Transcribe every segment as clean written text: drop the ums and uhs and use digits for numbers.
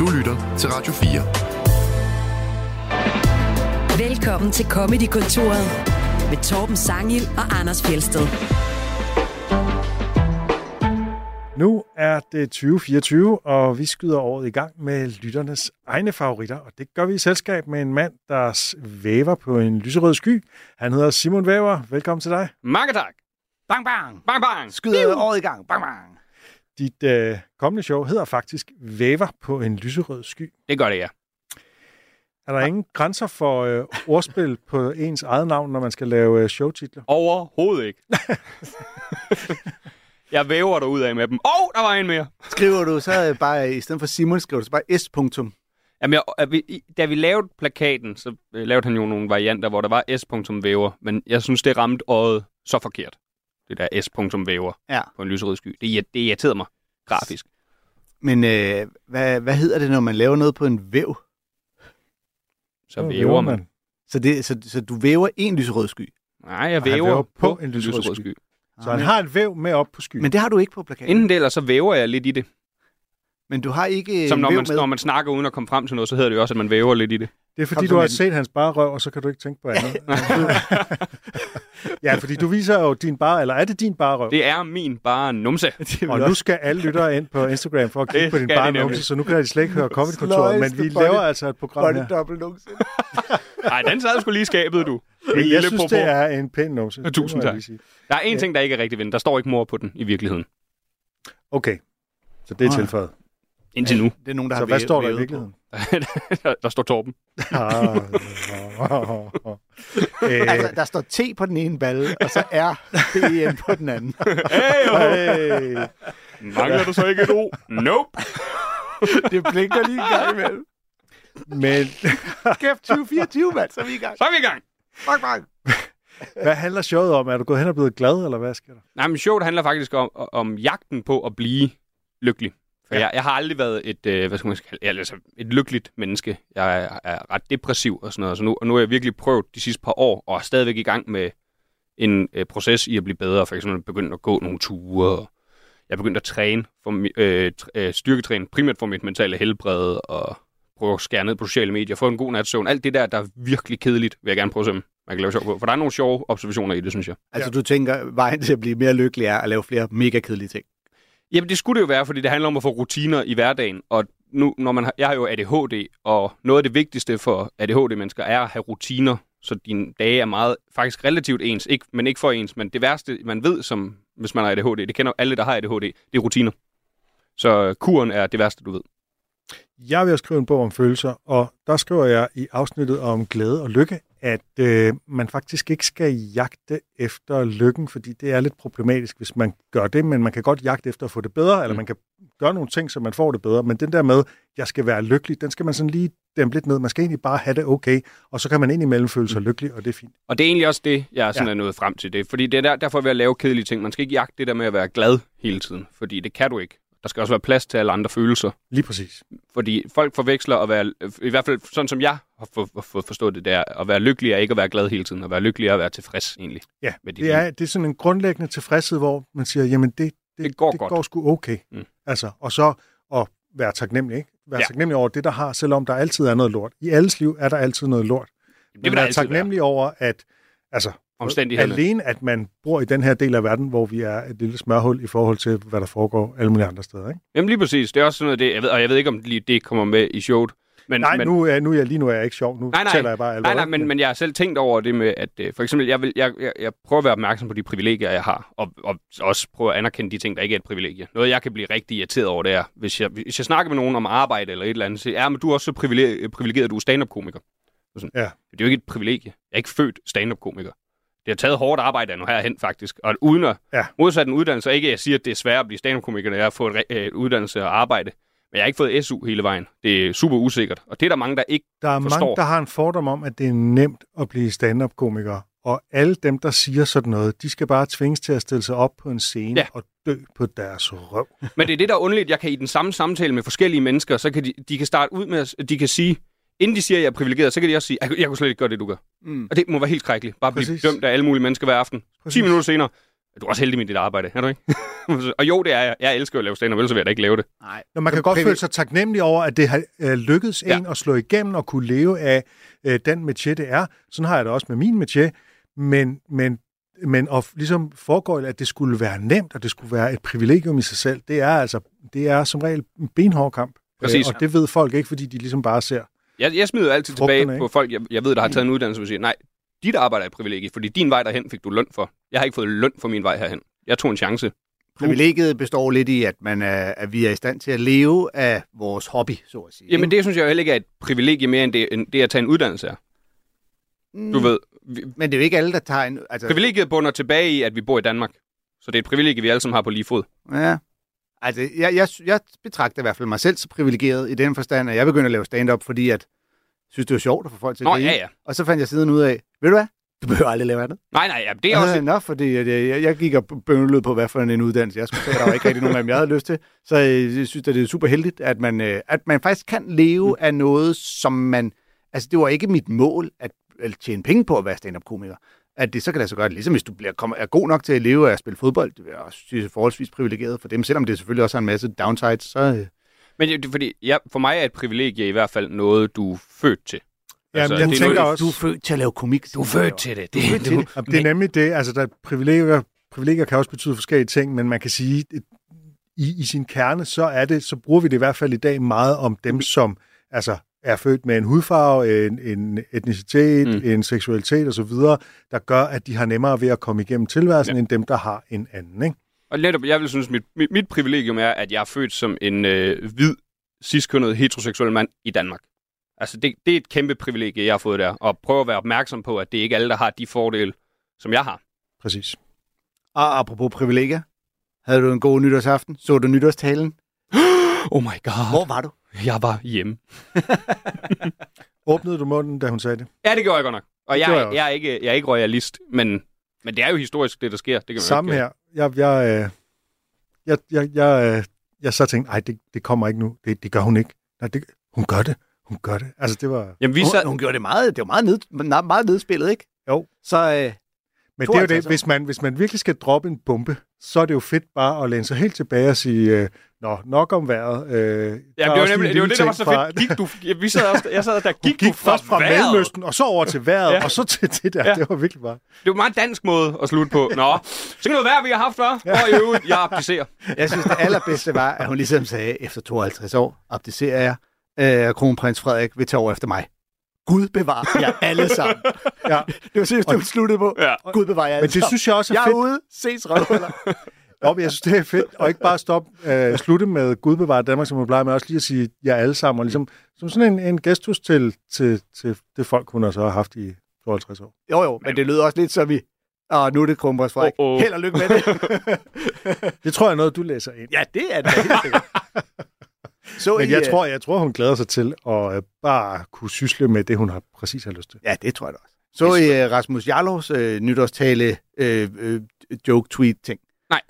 Du lytter til Radio 4. Velkommen til Comedy-kontoret med Torben Sangil og Anders Fjeldsted. Nu er det 2024, og vi skyder året i gang med lytternes egne favoritter. Og det gør vi i selskab med en mand, der væver på en lyserød sky. Han hedder Simon Væver. Velkommen til dig. Mange tak. Bang, bang. Bang, bang. Skyder året i gang. Bang, bang. Dit kommende show hedder faktisk Væver på en lyserød sky. Det gør det, ja. Er der ingen grænser for ordspil på ens eget navn, når man skal lave showtitler? Overhovedet ikke. Jeg væver dig ud af med dem. Der var en mere. Skriver du så bare, i stedet for Simon, skriver du så bare S. Jamen, da vi lavede plakaten, så lavede han jo nogle varianter, hvor der var S.væver, men jeg synes, det ramte øjet så forkert. Det der S.væver på en lyserød sky. Det irriterede mig grafisk. Men hvad hedder det, når man laver noget på en væv? Så væver man. Så du væver en lyserød sky? Nej, jeg væver på en lyserød sky. Så han har et væv med op på skyen. Men det har du ikke på plakaten. Inden det, eller så væver jeg lidt i det. Men du har ikke som når man snakker uden at komme frem til noget, så hedder det jo også, at man væver lidt i det. Det er fordi, du har set hans bare røv, og så kan du ikke tænke på andet. Ja, fordi du viser jo din bare, eller er det din bare røv? Det er min bare numse. Og nu skal alle lyttere ind på Instagram for at kigge på din bare numse, så nu kan de slet ikke høre Comedy-kontoret, men vi laver altså et program her. Nej, den sad sgu lige i skabet, du. Men jeg synes, det er en pæn numse. Tusind tak. Der er en ting, der ikke er rigtig vind. Der står ikke mor på den i virkeligheden. Okay, så det er tilføjet. Indtil nu. Det er nogen, der så har hvad står der i virkeligheden? Der står Torben. Altså, der står T på den ene balle, og så R B på den anden. Hey. Mangler du så ikke et O? Nope. Det blinker lige en gang imellem. Men kæft, 2024, mand, så er vi i gang. Så er vi i gang. Bang, bang. Hvad handler showet om? Er du gået hen og blevet glad, eller hvad sker der? Nej, men showet handler faktisk om jagten på at blive lykkelig. For jeg har aldrig været et lykkeligt menneske. Jeg er ret depressiv og sådan noget. Så nu har jeg virkelig prøvet de sidste par år, og er stadigvæk i gang med en proces i at blive bedre. For eksempel begyndt at gå nogle ture, og jeg er begyndt at træne, styrketræne, primært for mit mentale helbred, og prøve at skære ned på sociale medier, få en god natsøvn. Alt det der er virkelig kedeligt, vil jeg gerne prøve at se, man kan lave sjov på. For der er nogle sjove observationer i det, synes jeg. Altså du tænker, vejen til at blive mere lykkelig er at lave flere mega kedelige ting? Jamen det skulle det jo være, fordi det handler om at få rutiner i hverdagen. Og nu, jeg har jo ADHD, og noget af det vigtigste for ADHD-mennesker er at have rutiner, så dine dage er faktisk relativt ens, men ikke for ens. Men det værste, man ved, som hvis man har ADHD, det kender alle, der har ADHD, det er rutiner. Så kuren er det værste, du ved. Jeg vil skrive en bog om følelser, og der skriver jeg i afsnittet om glæde og lykke, at man faktisk ikke skal jagte efter lykken, fordi det er lidt problematisk, hvis man gør det, men man kan godt jagte efter at få det bedre, eller man kan gøre nogle ting, så man får det bedre, men den der med, jeg skal være lykkelig, den skal man sådan lige dæmpe lidt ned. Man skal egentlig bare have det okay, og så kan man indimellem føle sig lykkelig, og det er fint. Og det er egentlig også det, jeg er nået frem til det, fordi det er derfor vil jeg lave kedelige ting. Man skal ikke jagte det der med at være glad hele tiden, fordi det kan du ikke. Der skal også være plads til alle andre følelser. Lige præcis. Fordi folk forveksler at være, i hvert fald sådan som jeg har forstået det, der at være lykkelig er ikke at være glad hele tiden, at være lykkelig er at være tilfreds egentlig. Ja, det er sådan en grundlæggende tilfredshed, hvor man siger, jamen det går sgu okay. Altså, og så at være taknemmelig, ikke? Være taknemmelig over det, der har, selvom der altid er noget lort. I alles liv er der altid noget lort. Men være taknemmelig over, at alene at man bor i den her del af verden, hvor vi er et lille smørhul i forhold til, hvad der foregår alle mulige andre steder, ikke? Jamen lige præcis. Det er også sådan noget, jeg ved ikke, om lige det kommer med i showet. Nu er jeg ikke sjov. Nu taler jeg bare alvorligt. Nej, men jeg har selv tænkt over det med, at for eksempel, jeg prøver at være opmærksom på de privilegier, jeg har, og også prøve at anerkende de ting, der ikke er et privilegie. Noget, jeg kan blive rigtig irriteret over, det er, hvis jeg snakker med nogen om arbejde eller et eller andet, så men du er også så privilegeret, du er stand-up-komiker. Ja. Det er jo ikke et privilegie. Jeg er ikke født stand-up-komiker. Det har taget hårdt arbejde af nu herhen, faktisk. Og uden at modsat en uddannelse, og ikke at jeg siger, at det er svært at blive stand-up-komiker, når jeg har fået uddannelse og arbejde. Men jeg har ikke fået SU hele vejen. Det er super usikkert. Og det er der mange, der ikke forstår. Der er mange, der har en fordom om, at det er nemt at blive stand-up-komiker. Og alle dem, der siger sådan noget, de skal bare tvinges til at stille sig op på en scene og dø på deres røv. Men det er det, der er underligt. Jeg kan i den samme samtale med forskellige mennesker, så kan de kan starte ud med, at de kan sige, inden de siger, at jeg er privilegeret, så kan de også sige, jeg kunne slet ikke gøre det, du gør. Og det må være helt skrækkeligt. Bare blive dømt af alle mulige mennesker hver aften. 10 minutter senere, Du er også heldig med dit arbejde, er du ikke? Og jo, det er jeg. Jeg elsker at lave stand-up, ellers vil jeg da ikke lave det. Nej. Når man kan godt føle sig taknemmelig over, at det har lykkedes en at slå igennem og kunne leve af den métier, det er. Sådan har jeg det også med min métier. Men at ligesom foregår, at det skulle være nemt, og det skulle være et privilegium i sig selv, det er som regel en benhård kamp. Præcis. Og det ved folk ikke, fordi de ligesom bare ser. Jeg smider altid tilbage på folk, jeg ved, der har taget en uddannelse, og siger, nej, dit arbejde er et privilegie, fordi din vej derhen fik du løn for. Jeg har ikke fået løn for min vej herhen. Jeg tog en chance. Privilegiet består lidt i, at vi er i stand til at leve af vores hobby, så at sige. Jamen det synes jeg jo heller ikke er et privilegie mere, end det at tage en uddannelse er. Du ved. Men det er jo ikke alle, der tager en... Altså... Privilegiet bunder tilbage i, at vi bor i Danmark. Så det er et privilegie, vi alle sammen har på lige fod. Ja. Altså, jeg betragter i hvert fald mig selv så privilegeret i den forstand, at jeg begyndte at lave stand-up, fordi at synes, det var sjovt at få folk til at grine. Ja. Og så fandt jeg siden ud af, ved du hvad? Du behøver aldrig lave andet. Nej, ja, det er også... Nå, fordi jeg gik og bøvlede på, hvad for en uddannelse jeg skulle tage. Der var ikke rigtig nogen af dem, jeg havde lyst til. Så jeg synes, at det er super heldigt, at man faktisk kan leve af noget, som man... Altså, det var ikke mit mål at tjene penge på at være stand-up-komiker. At det så kan lade sig gøre det, ligesom hvis du er god nok til at leve af at spille fodbold. Det er også forholdsvis privilegeret for dem, selvom det selvfølgelig også har en masse downsides. Så... Men fordi for mig er et privilegie i hvert fald noget, du er født til. Ja, altså, jeg tænker også... Du er født til at lave komik. Du er født til det. Det er nemlig det. Altså, der privilegier kan også betyde forskellige ting, men man kan sige, i sin kerne, så bruger vi det i hvert fald i dag meget om dem, som altså, er født med en hudfarve, en etnicitet, en seksualitet osv., der gør, at de har nemmere ved at komme igennem tilværelsen, end dem, der har en anden, ikke? Og netop, jeg vil synes, mit privilegium er, at jeg er født som en hvid, cis-kønnet, heteroseksuel mand i Danmark. Altså, det er et kæmpe privilegie, jeg har fået der, og prøve at være opmærksom på, at det ikke er alle, der har de fordele, som jeg har. Præcis. Og apropos privilegier, havde du en god nytårsaften? Så du nytårstalen? Oh my god. Hvor var du? Jeg var hjemme. Åbnede du munden, da hun sagde det? Ja, det gjorde jeg godt nok. Og jeg er ikke royalist, men det er jo historisk, det der sker. Det kan man samme ikke... her. Jeg så tænkte, det kommer ikke nu. Det gør hun ikke. Nej, hun gør det. Hun gør det. Altså, det var... Jamen, hun gjorde det meget. Det var meget nedspillet, ikke? Jo. Så... Men det er jo det, hvis man virkelig skal droppe en bombe, så er det jo fedt bare at læne sig helt tilbage og sige, nok om vejret. Ja, det var det, der var så fedt. Jeg sad der, gik først fra Mellemøsten, og så over til vejret, og så til det der. Ja. Det var virkelig bare... Det var en meget dansk måde at slutte på. Nå, så kan noget være, vi har haft før. Ja. Og i øvrigt, jeg abdicerer. Jeg synes, det allerbedste var, at hun ligesom sagde, efter 52 år, abdicerer jeg. Kronprins Frederik vil tage over efter mig. Gud bevarer jer alle sammen. Ja. Det var seriøst, du sluttede på. Ja. Gud bevarer jer alle sammen. Men det synes jeg også er fedt. Jeg er ude. Ses røvhuller. Jo, men jeg synes, det er fedt. Og ikke bare slutte med Gud bevarer Danmark, som hun plejer, men også lige at sige jer alle sammen. Og ligesom, som sådan en gestus til det folk, hun har så haft i 52 år. Jo, men det lyder også lidt som vi... Og nu er det Kronprins Frederik. Held og lykke med det. Det tror jeg er noget, du læser ind. Ja, det er det helt sikkert. Men jeg tror, hun glæder sig til at bare kunne sysle med det, hun har præcis har lyst til. Ja, det tror jeg da også. Så i Rasmus Jarlovs nytårstale joke-tweet-ting. Nej.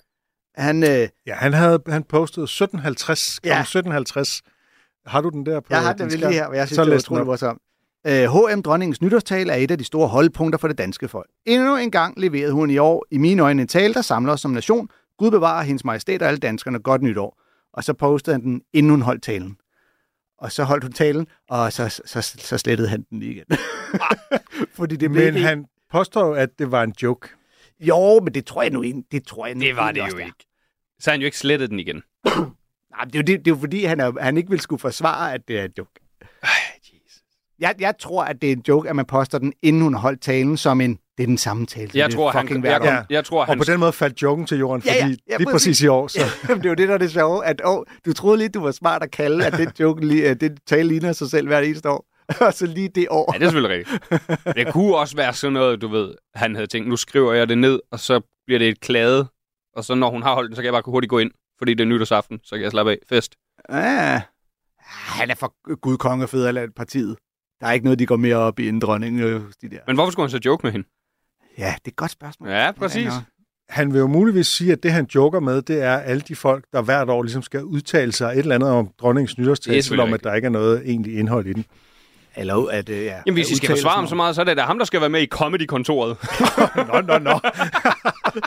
Han postede 1750. Ja. 1750. Har du den der på? Jeg har den lige her, og jeg synes, det er utroligt morsomt. H.M. Dronningens nytårstale er et af de store holdpunkter for det danske folk. Endnu en gang leverede hun i år i mine øjne en tale, der samler os som nation. Gud bevarer hendes majestæt og alle danskerne godt nytår. Og så postede han den, inden hun holdt talen. Og så holdt hun talen, og så slettede han den igen. Fordi det men han påstår jo, at det var en joke. Jo, men det tror jeg nu ikke. Det var det jo ikke. Så han jo ikke slettet den igen. Nej, det er jo fordi, han ikke vil skulle forsvare, at det er en joke. Jeg tror, at det er en joke, at man poster den, inden hun har holdt talen, som en... Det er den samme tale. Jeg tror, og på den måde faldt joken til jorden, fordi lige præcis i år. Så. Ja, det er jo det, der er det sjove, at du troede lige, du var smart at kalde, at det tale ligner sig selv hvert eneste år. Og så lige det år. Ja, det er selvfølgelig rigtigt. Det kunne også være sådan noget, du ved, han havde tænkt, nu skriver jeg det ned, og så bliver det et klade, og så når hun har holdt den, så kan jeg bare hurtigt gå ind, fordi det er nytårsaften, så kan jeg slappe af. Fest. Ja. Han er for Gud, konge, fædreland, partiet. Der er ikke noget, de går mere op i end dronningen. De der. Men hvorfor skulle han så joke med hende? Ja, det er et godt spørgsmål. Ja, præcis. Han vil jo muligvis sige, at det, han joker med, det er alle de folk, der hvert år ligesom skal udtale sig et eller andet om dronningens nytårstale, selvom at der ikke er noget egentlig indhold i den. Eller at Jamen, hvis I skal forsvare ham så meget, så er det da ham, der skal være med i Comedy-kontoret. Nå.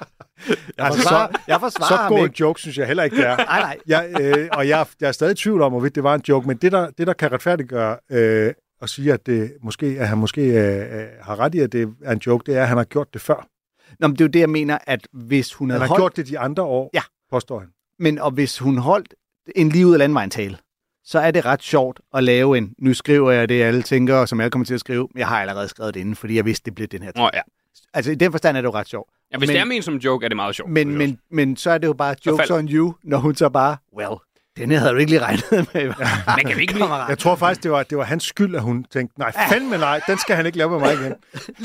Jeg forsvarer så ham god en ikke. joke, synes jeg heller ikke, det er. Nej. Jeg er stadig i tvivl om, hvorvidt det var en joke, men det der kan retfærdiggøre at sige, at han måske har ret i, at det er en joke, det er, at han har gjort det før. Nå, men det er jo det, jeg mener, at hvis hun Han havde har gjort det de andre år, Ja. påstår han. Men og hvis hun holdt en lige ud af landvejen tale, så er det ret sjovt at lave en, nu skriver jeg det, alle tænker, og som alle kommer til at skrive, jeg har allerede skrevet det inden, fordi jeg vidste, det blev den her ting. Ja. Altså i den forstand er det jo ret sjovt. Ja, hvis det er ment som en joke, er det meget sjovt. Men så er det jo bare jokes on you, når hun så bare, den her havde du ikke lige regnet med. Man kan ikke kammerat. Jeg tror faktisk, det var hans skyld, at hun tænkte, nej, fandme nej, den skal han ikke lave med mig igen.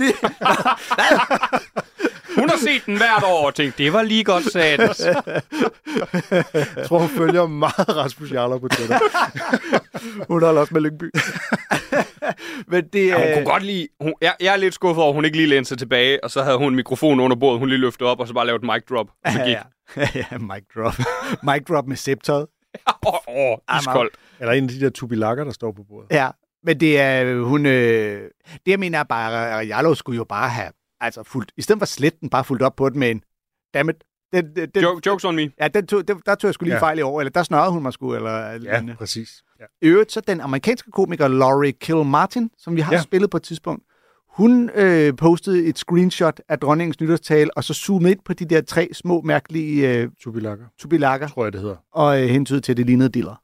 Hun har set den hvert år og tænkt, det var lige godt sat. Jeg tror, hun følger meget Rasmus Jarlov på Twitter. Hun holder også med Lyngby. Men det, Hun kunne godt lide... Jeg er lidt skuffet over, at hun ikke lige lænede sig tilbage, og så havde hun en mikrofon under bordet, hun lige løftede op, og så bare lavede et mic drop. Og så gik. Ja, mic drop. Mic drop med septøjet. Iskoldt. Eller en af de der tubilakker, der står på bordet. Ja, men det er hun... det jeg mener er bare, at Jarlov skulle jo bare have fuldt... I stedet for sletten, bare fuldt op på den med en... Dammit. Jokes on me. Ja, der tog jeg sgu lige fejl i år, eller der snørrede hun mig sgu, eller... Ja, præcis. Ja. I øvrigt, så den amerikanske komiker Laurie Kilmartin, som vi har spillet på et tidspunkt, hun postede et screenshot af dronningens nytårstale, og så zoomede ind på de der 3 små, mærkelige tubilakker, tror jeg, det hedder. og hentede til, det lignede diller.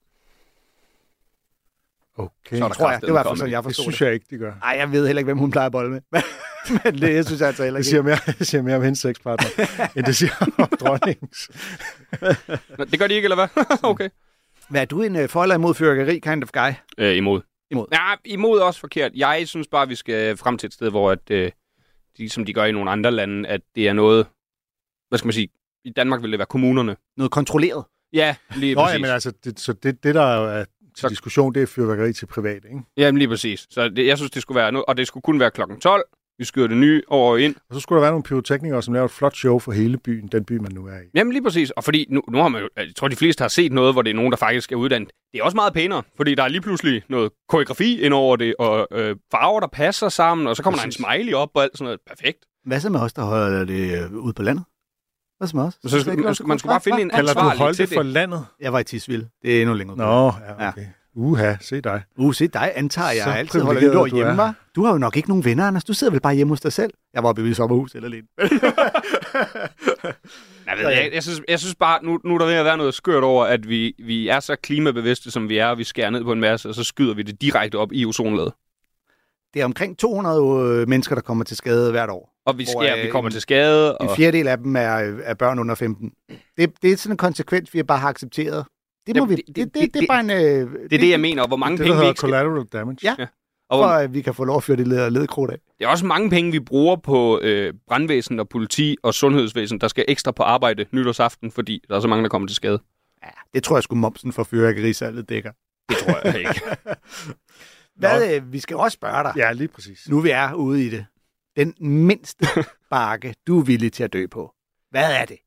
Okay. Så tror jeg, det var i hvert fald sådan, jeg Det forstod synes jeg ikke, de gør. Nej, jeg ved heller ikke, hvem hun plejer at bolle med. Men det jeg synes jeg altså heller ikke. Det siger mere om hendes sexpartner, end det siger om dronningens. Det gør de ikke, eller hvad? Okay. Hvad er du en for eller imod fyrværkeri kind of guy? Imod. Imod? Ja, imod er også forkert. Jeg synes bare, vi skal frem til et sted, hvor at, som de gør i nogle andre lande, at det er noget, hvad skal man sige, i Danmark vil det være kommunerne. Noget kontrolleret? Ja, lige præcis. Men altså, det der er til diskussion, det er fyrværkeri til privat, ikke? Ja, lige præcis. Så jeg synes, det skulle være noget, og det skulle kun være klokken 12. Vi skyder det nye år ind. Og så skulle der være nogle pyroteknikere, som laver et flot show for hele byen, den by, man nu er i. Jamen lige præcis. Og fordi nu har man jo, jeg tror, de fleste har set noget, hvor det er nogen, der faktisk er uddannet. Det er også meget pænere, fordi der er lige pludselig noget koreografi ind over det, og farver, der passer sammen, og så kommer der en smiley op og alt sådan noget. Perfekt. Hvad så med os, der holder det ude på landet? Hvad så med os? Så man skulle bare finde en ansvarlig til det. Kalder du holde det for landet? Jeg var i Tisvilde. Det er endnu længere. Nå, ja, okay. Se dig. Se dig, antager jeg. Så altid holder nytår hjemme, var. Du har jo nok ikke nogen venner, Anders. Du sidder vel bare hjemme hos dig selv? Jeg var oppe i sommerhus eller lidt. Jeg synes bare, nu er der ved at være noget skørt over, at vi er så klimabevidste, som vi er, og vi skærer ned på en masse, og så skyder vi det direkte op i ozonlaget. Det er omkring 200 mennesker, der kommer til skade hvert år. Og vi kommer til skade. En fjerdedel af dem er børn under 15. Det er sådan en konsekvens, vi bare har accepteret. Det må vi. Det er bare en... det er det, jeg mener. Hvor mange penge vi ikke collateral damage. Ja. Og for at vi kan få lov at føre det ledekrudt af. Det er også mange penge, vi bruger på brandvæsen og politi og sundhedsvæsen, der skal ekstra på arbejde nytårsaften, fordi der er så mange, der kommer til skade. Ja, det tror jeg sgu momsen for fyrværkerisalget dækker. Det tror jeg ikke. Vi skal også spørge dig. Ja, lige præcis. Nu vi er ude i det. Den mindste bakke, du er villig til at dø på. Hvad er det?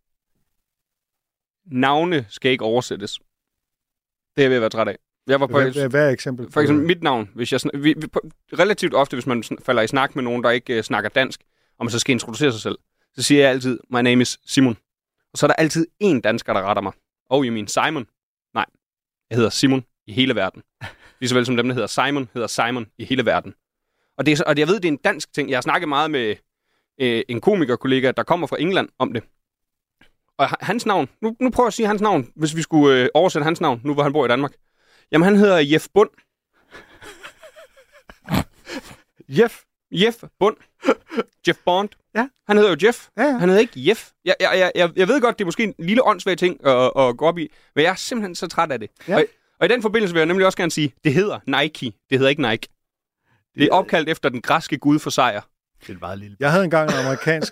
Navne skal ikke oversættes. Det er jeg ved at være træt af. Jeg var på hvad er eksempel? For eksempel mit navn. Hvis jeg relativt ofte, hvis man falder i snak med nogen, der ikke snakker dansk, og man så skal introducere sig selv, så siger jeg altid, my name is Simon. Og så er der altid én dansker, der retter mig. Oh, you mean Simon? Nej, jeg hedder Simon i hele verden. Lige så vel som dem, der hedder Simon i hele verden. Og jeg ved, det er en dansk ting. Jeg har snakket meget med en komikerkollega, der kommer fra England om det. Og hans navn, nu prøver jeg at sige hans navn, hvis vi skulle oversætte hans navn, nu hvor han bor i Danmark. Jamen, han hedder Jeff Bund. Jeff Bund. Jeff Bond. Ja. Han hedder jo Jeff. Ja. Han hedder ikke Jeff. Jeg ved godt, det er måske en lille åndssvag ting at gå op i, men jeg er simpelthen så træt af det. Ja. Og i den forbindelse vil jeg nemlig også gerne sige, det hedder Nike. Det hedder ikke Nike. Det er opkaldt efter den græske gud for sejr. Det er meget lille. Jeg havde engang en amerikansk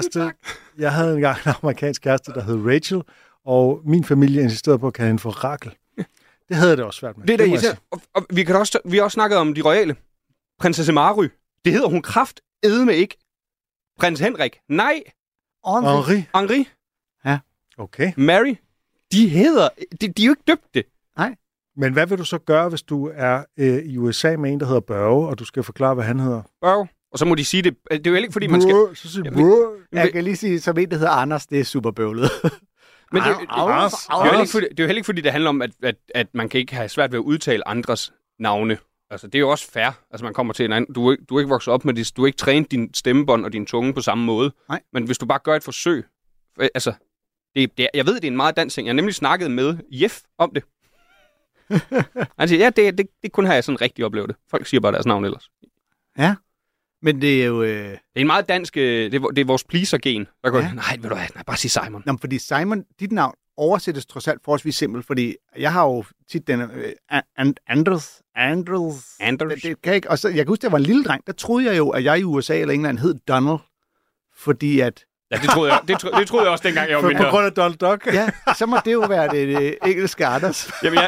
kæreste. Der hed Rachel, og min familie insisterede på at kalde hende for Rakel. Det havde det også svært med. Det er og vi har også snakket om de royale. Prinsesse Mary. Det hedder hun kraftedme ikke. Prins Henrik. Nej. Henri. Ja. Okay. Mary. De er jo ikke døbte. Nej. Men hvad vil du så gøre, hvis du er i USA med en, der hedder Børge, og du skal forklare, hvad han hedder? Børge. Og så må de sige det. Det er jo ikke, fordi man skal... Så siger du, Jeg kan lige sige, som en, der hedder Anders, det er super bøvlet. Men det er jo heller ikke, fordi det handler om, at man kan ikke have svært ved at udtale andres navne. Altså, det er jo også fair. Altså, man kommer til en anden... Du er ikke vokset op med det. Du har ikke trænet din stemmebånd og din tunge på samme måde. Nej. Men hvis du bare gør et forsøg... Altså, jeg ved, det er en meget dansk ting. Jeg har nemlig snakket med Jeff om det. Han siger, ja, det kun har jeg sådan rigtig oplevet det. Folk siger bare deres navn ellers. Ja. Men det er jo... Det er en meget dansk... Det er vores pleaser-gen. Nej, ved du hvad? Bare sig Simon. Nå, fordi Simon, dit navn oversættes trods alt forholdsvis simpelt, fordi jeg har jo tit den... Anders. Det kan ikke... Og så, jeg kan huske, jeg var en lille dreng, der troede jeg jo, at jeg i USA eller England hed Donald. Fordi at... Ja, det troede jeg også, dengang jeg var mindre. På grund af Donald Duck? Ja, så må det jo være det engelske Anders. Jamen,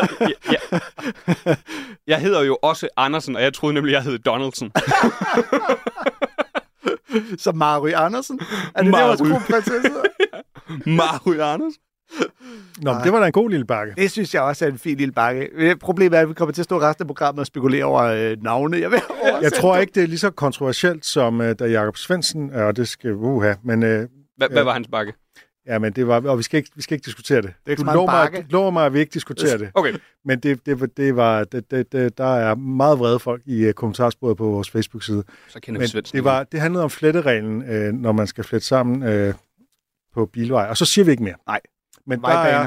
jeg hedder jo også Andersen, og jeg troede nemlig, jeg hed Donaldson. Så Mary Andersen? Er det vores kronprinsesse? Mary Andersen? Nå, det var da en god lille bakke. Det synes jeg også er en fin lille bakke. Problemet er, at vi kommer til at stå resten af programmet og spekulere over navne. Jeg tror ikke, det er lige så kontroversielt som da Jakob Svendsen, og det skal men hvad var hans bakke? Ja, men det var, og vi skal ikke diskutere det. Det er ikke du lover mig, at vi ikke diskuterer det. Okay. Men det var, der er meget vrede folk i kommentarsporet på vores Facebook-side. Så kender vi Svendsen. Det handlede om flettereglen, når man skal flette sammen på bilvej, og så siger vi ikke mere. Nej. Men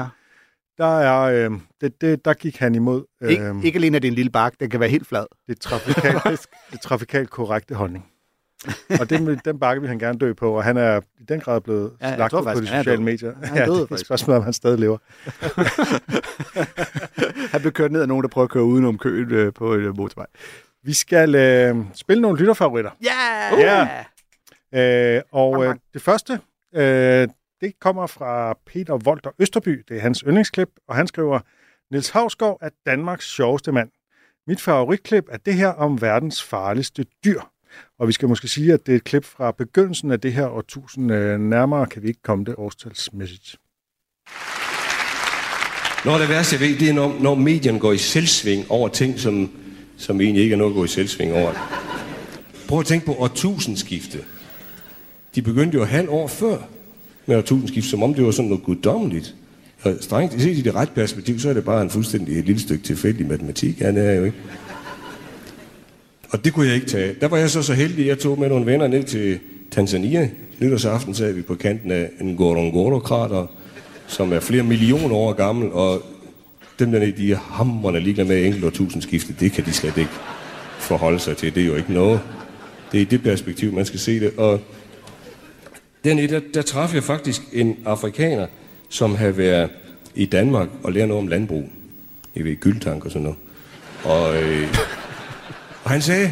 der gik han imod. Ikke alene er det en lille bakke, den kan være helt flad. Det er trafikalt korrekte holdning. Og den bakke vil han gerne dø på, og han er i den grad blevet slagtet på de sociale medier. Ja, det er et spørgsmål, om han stadig lever. Han blev kørt ned af nogen, der prøver at køre udenom køen på et motorvej. Vi skal spille nogle lytterfavoritter. Og det første... det kommer fra Peter Volter Østerby. Det er hans yndlingsklip, og han skriver, Niels Hausgaard er Danmarks sjoveste mand. Mit favoritklip er det her om verdens farligste dyr. Og vi skal måske sige, at det er et klip fra begyndelsen af det her årtusind. Nærmere kan vi ikke komme det årstalsmæssigt. Når det værste, jeg ved, det er, når medierne går i selvsving over ting, som egentlig ikke er noget at gå i selvsving over. Prøv at tænke på årtusindskifte. De begyndte jo halv år før med årtusindskifte, som om det var sådan noget guddommeligt. Og strengt, set i det rette perspektiv, så er det bare en fuldstændig et lille stykke tilfældig matematik. Ja, det er jo ikke. Og det kunne jeg ikke tage. Der var jeg så heldig, jeg tog med nogle venner ned til Tanzania. Nytårsaften sad vi på kanten af en Ngorongoro-krater, som er flere millioner år gammel, og dem dernede, de er hamrende ligeglade med enkelt årtusindskifte. Det kan de slet ikke forholde sig til. Det er jo ikke noget. Det er i det perspektiv, man skal se det. Og dernede, der traf jeg faktisk en afrikaner, som havde været i Danmark og lært noget om landbrug. Jeg ved, gyldtank og sådan noget. Og han sagde,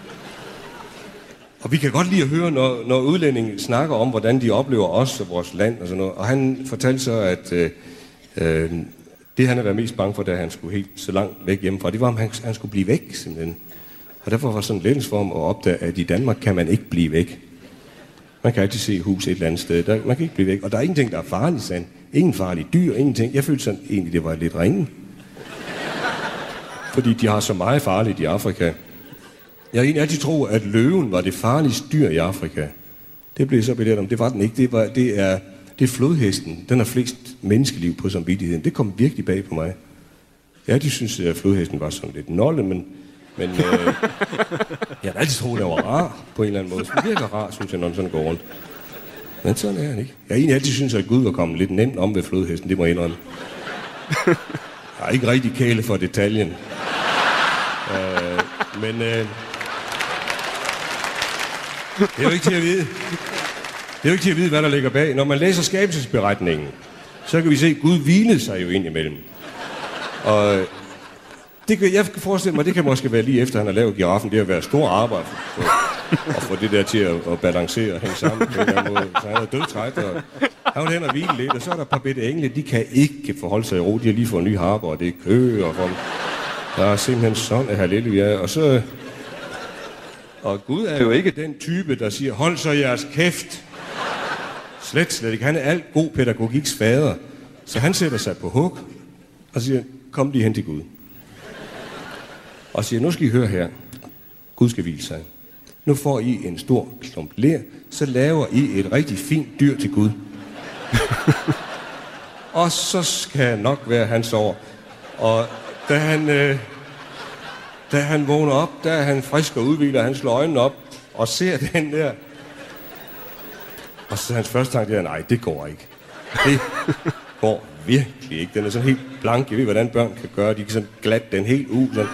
og vi kan godt lide at høre, når udlændinge snakker om, hvordan de oplever os og vores land og sådan noget. Og han fortalte så, at det han havde været mest bange for, da han skulle helt så langt væk hjemmefra, det var, om han skulle blive væk simpelthen. Og derfor var sådan en lettelse for ham at opdage, at i Danmark kan man ikke blive væk. Man kan altid se hus et eller andet sted. Man kan ikke blive væk. Og der er ingenting, der er farligt, sagde han. Ingen farlige dyr, ingenting. Jeg følte sådan egentlig, det var lidt ringe. Fordi de har så meget farligt i Afrika. Jeg har egentlig altid troet, at løven var det farligste dyr i Afrika. Det blev så belært om. Det var den ikke. Det er flodhesten. Den har flest menneskeliv på samvittigheden. Det kom virkelig bag på mig. Ja, de synes, at flodhesten var sådan lidt nolle, men jeg har altid troet, at den var rar på en eller anden måde. Den virker rar, synes jeg, når den sådan går rundt. Men sådan er han ikke. Jeg har egentlig altid synes, at Gud var kommet lidt nemt om ved flodhesten. Det må jeg indrømme. Jeg har ikke rigtig kæle for detaljen. Men det er jo ikke til at vide. Det er jo ikke til at vide, hvad der ligger bag. Når man læser skabelsesberetningen, så kan vi se, at Gud hvilede sig jo ind imellem. Og jeg kan forestille mig, det kan måske være lige efter, han har lavet giraffen. Det har været stor arbejde at få det der til at balancere og hænge sammen på en eller anden måde. Så han er dødtræt, og han vil hen og hvile lidt. Og så er der et par bedte engle, de kan ikke forholde sig i ro. De har lige fået en ny harper, og det er kø og folk. Der er simpelthen sådan et halleluja. Og Gud er jo ikke den type, der siger, hold så jeres kæft. Slet ikke. Han er alt god pædagogiks fader. Så han sætter sig på hug og siger, kom lige hen til Gud. Og siger, nu skal I høre her. Gud skal hvile sig. nu får I en stor klump ler, så laver I et rigtig fint dyr til Gud. Og så skal nok være hans år. Og da han vågner op, der er han frisk og udhviler, han slår øjnene op og ser den der. Og så hans første tanke er, nej, det går ikke. Det går virkelig ikke. Den er sådan helt blank. Jeg ved, hvordan børn kan gøre. De kan sådan glatte den helt ud. Sådan.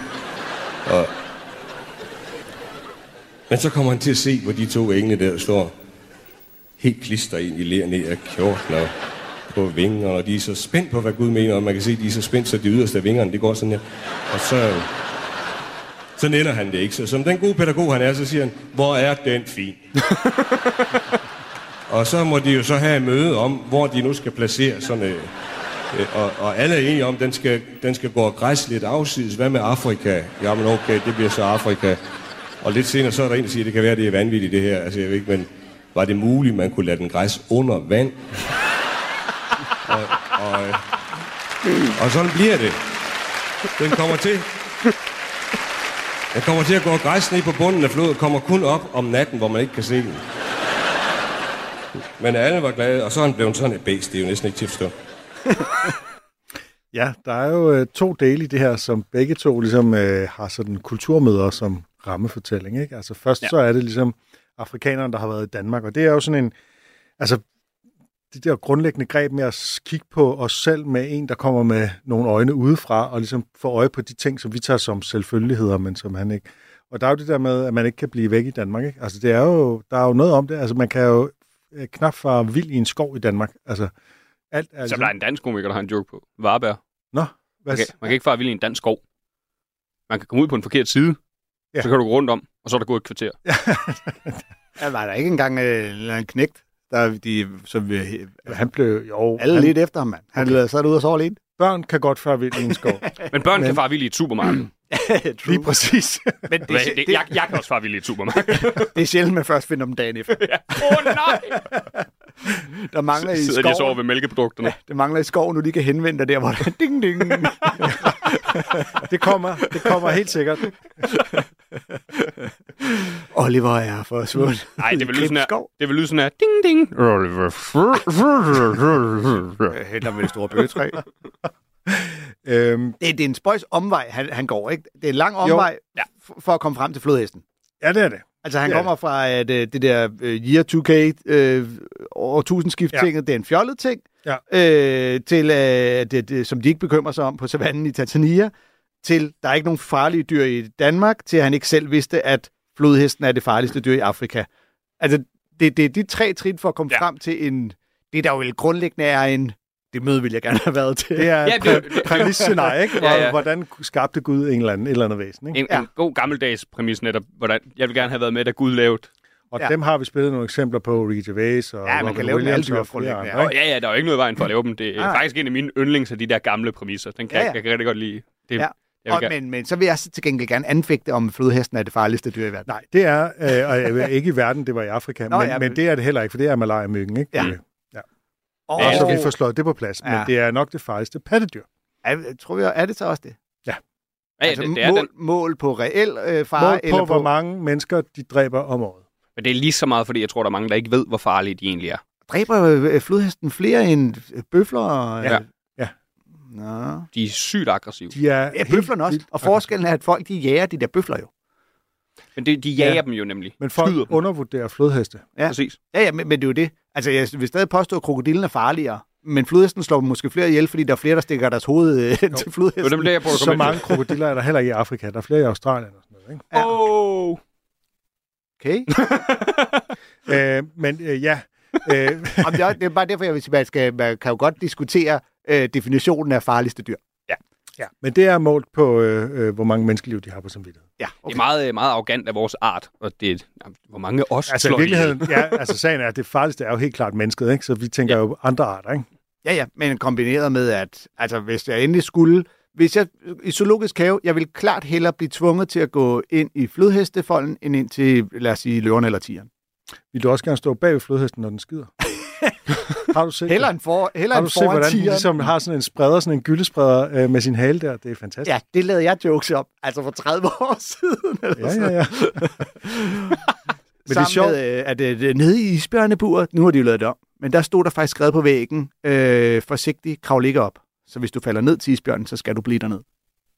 Men så kommer han til at se, hvor de to engle der står helt klister ind i ler ned af kjorten og på vingerne, og de er så spændt på, hvad Gud mener, og man kan se, at de er så spændt, så de yderste af vingerne, det går sådan her. Og så nænder han det ikke. Så som den gode pædagog han er, så siger han, hvor er den fin? Og så må de jo så have et møde om, hvor de nu skal placere sådan og alle er enige om, den skal gå græs lidt afsides. Hvad med Afrika? Jamen okay, det bliver så Afrika. Og lidt senere, så er der en, der siger, at det kan være, det er vanvittigt det her. Altså jeg ved ikke, men var det muligt, man kunne lade den græs under vand? Og sådan bliver det. Den kommer til at gå græs ned på bunden af floden, kommer kun op om natten, hvor man ikke kan se den. Men alle var glade, og så er han blevet sådan et bæst. Det er jo næsten ikke til at forstå. Ja, der er jo 2 dele i det her, som begge to ligesom har sådan kulturmøder som rammefortælling, ikke? Altså først så er det ligesom afrikanerne, der har været i Danmark, og det er jo sådan en, altså det der grundlæggende greb med at kigge på os selv med en, der kommer med nogle øjne udefra, og ligesom få øje på de ting, som vi tager som selvfølgeligheder, men som han ikke. Og der er jo det der med, at man ikke kan blive væk i Danmark, ikke? Altså det er jo, der er jo noget om det, altså man kan jo knap fare vild i en skov i Danmark, altså alt er så der er en dansk komiker, der har en joke på. Varberg. Nå, man kan ikke fare vild i en dansk skov. Man kan komme ud på en forkert side, så kan du gå rundt om, og så er der gået et kvarter. Ja, var der ikke engang en knægt, han blev jo... Alle lidt efter ham, mand. Han okay. Så er ude og sove alene. Børn kan godt fare vild i en skov. Men børn kan fare vild i et supermarked. Lige præcis. Men jeg kan også fare vild i et supermarked. Det er sjældent, man først finder dem dagen efter. Nej! Der mangler i skoven. Sidder de og sover ved mælkeprodukterne. Ja, det mangler i skoven, nu de kan henvende dig der, hvor der ding ding. Det kommer helt sikkert. Oliver er forsvundet. Nej, det vil lyde sådan her. Ding ding. Oliver. Hælder med det store bøgetræ. Det er en spøjs omvej, han går, ikke? Det er en lang omvej for at komme frem til flodhesten. Ja, det er det. Altså, han kommer fra det der year 2K årtusindskift-tinget. Det er en fjollet ting, til det, som de ikke bekymrer sig om på savannen i Tanzania, til der er ikke nogen farlige dyr i Danmark, til han ikke selv vidste, at flodhesten er det farligste dyr i Afrika. Altså, det er de 3 trin for at komme frem til det der jo grundlæggende er en... Det møde ville jeg gerne have været til. Det er præmisscenarie, ikke? Hvordan skabte Gud et eller andet væsen, ikke? En god gammeldags præmis netop, hvordan jeg vil gerne have været med, da Gud lavede. Og dem har vi spillet nogle eksempler på, Ricky Gervais og man kan lave dem alle dyr fra der er jo ikke noget vejen for at lave dem. Det er faktisk en af mine yndlings af de der gamle præmisser. Den kan jeg rigtig godt lide. Men så vil jeg til gengæld gerne anfægte, om flodhesten er det farligste dyr i verden. Nej, det er ikke i verden, det var i Afrika. Men det er det heller ikke, for det er malaria-myggen, ikke? Ja. Så vi får slået det på plads, men det er nok det farligste pattedyr. Tror jeg, er det så også det? Ja. Altså mål på reel fare? Mål på, hvor mange mennesker de dræber om året. Men det er lige så meget, fordi jeg tror, der er mange, der ikke ved, hvor farlige de egentlig er. Dræber flodhesten flere end bøfler? Ja. Nå. De er sygt aggressive. Bøflerne også. Og forskellen er, at folk de jager de der bøfler jo. Men de jager dem jo nemlig. Men folk undervurderer flodheste. Ja. Præcis. Ja, men det er jo det. Altså, jeg vil stadig påstå, at krokodillen er farligere. Men flodhesten slår måske flere ihjel, fordi der er flere, der stikker deres hoved til flodhesten. Det er så mange krokodiller er der heller ikke i Afrika. Der er flere i Australien og sådan noget, ikke? Okay. Men det er bare derfor, jeg vil sige, at man kan jo godt diskutere definitionen af farligste dyr. Ja, men det er målt på, hvor mange menneskeliv de har på samvittighed. Ja, okay. Det er meget, meget arrogant af vores art, og det er, hvor mange os altså slår i virkeligheden, sagen er, at det farligste er jo helt klart mennesket, ikke? Så vi tænker jo andre arter, ikke? Ja, men kombineret med, at altså, hvis jeg endelig hvis jeg i zoologisk have, jeg vil klart hellere blive tvunget til at gå ind i flodhestefolden, end ind til, lad os sige, løverne eller tigeren. Vil du også gerne stå bag ved flodhesten, når den skider? Har du set heller en hvordan den ligesom har sådan en spreder, sådan en gyldespreder med sin hale der? Det er fantastisk. Ja, det lavede jeg jokes om, altså for 30 år siden. Eller Ja. sammen med, at nede i isbjørneburet, nu har de jo lavet det om, men der stod der faktisk skrevet på væggen, forsigtigt, kravl ikke op. Så hvis du falder ned til isbjørnen, så skal du blive derned.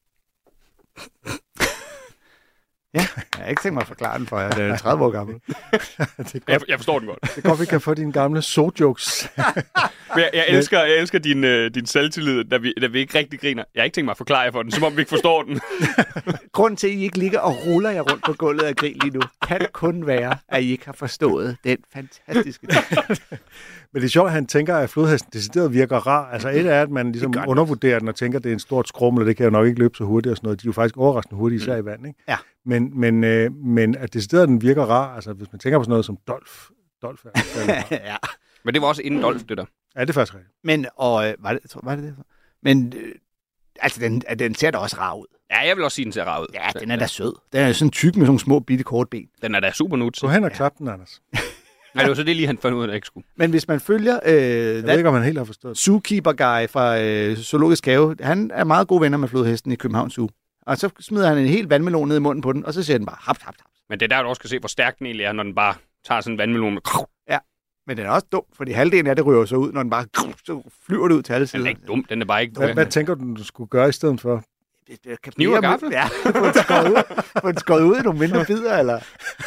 Ja, jeg har ikke tænkt mig at forklare den for jer. Det er 30 år gammel. Jeg forstår den godt. Det er godt, vi kan få dine gamle so-jokes. Jeg elsker din selvtillid, da vi ikke rigtig griner. Jeg har ikke tænkt mig at forklare jer for den, som om vi ikke forstår den. Grunden til, at I ikke ligger og ruller jer rundt på gulvet af grin lige nu, kan kun være, at I ikke har forstået den fantastiske ting. Men det er sjovt, at han tænker, at flodhesten decideret virker rar. Altså et er, at man ligesom undervurderer den og tænker, at det er en stort skrummel, og det kan jo nok ikke løbe så hurtigt og sådan noget. De er jo faktisk overraskende hurtige, især i vand, ikke? Ja. Men at decideret den virker rar, altså hvis man tænker på sådan noget som Dolf er Ja. Men det var også inden Dolf, det der. Ja, det er faktisk rigtigt. Men, var det det? Men, altså, den ser da også rar ud. Ja, jeg vil også sige, den ser rar ud. Ja, den er da sød. Den er sådan tyk med sådan nogle små, bitte, korte ben. Den er da super nuts. Gå hen og klap den, Anders. Nej, det var så det lige, han fandt ud af, at jeg ikke skulle. Men hvis man følger jeg ved ikke, om han helt har forstået. Zookeeper Guy fra Zoologisk Have, han er meget gode venner med flodhesten i København Zoo. Og så smider han en helt vandmelon ned i munden på den, og så ser den bare hap, hap, hap. Men det er der, du også kan se, hvor stærk den egentlig er, når den bare tager sådan en vandmelon. Ja, men den er også dum, fordi halvdelen af det ryger så ud, når den bare så flyver det ud til alle sider. Den er ikke dum, den er bare ikke... Hvad tænker du skulle gøre i stedet for? Kniv og gaffel? Ja, få den skåret ud i nogle mindre bidder, eller...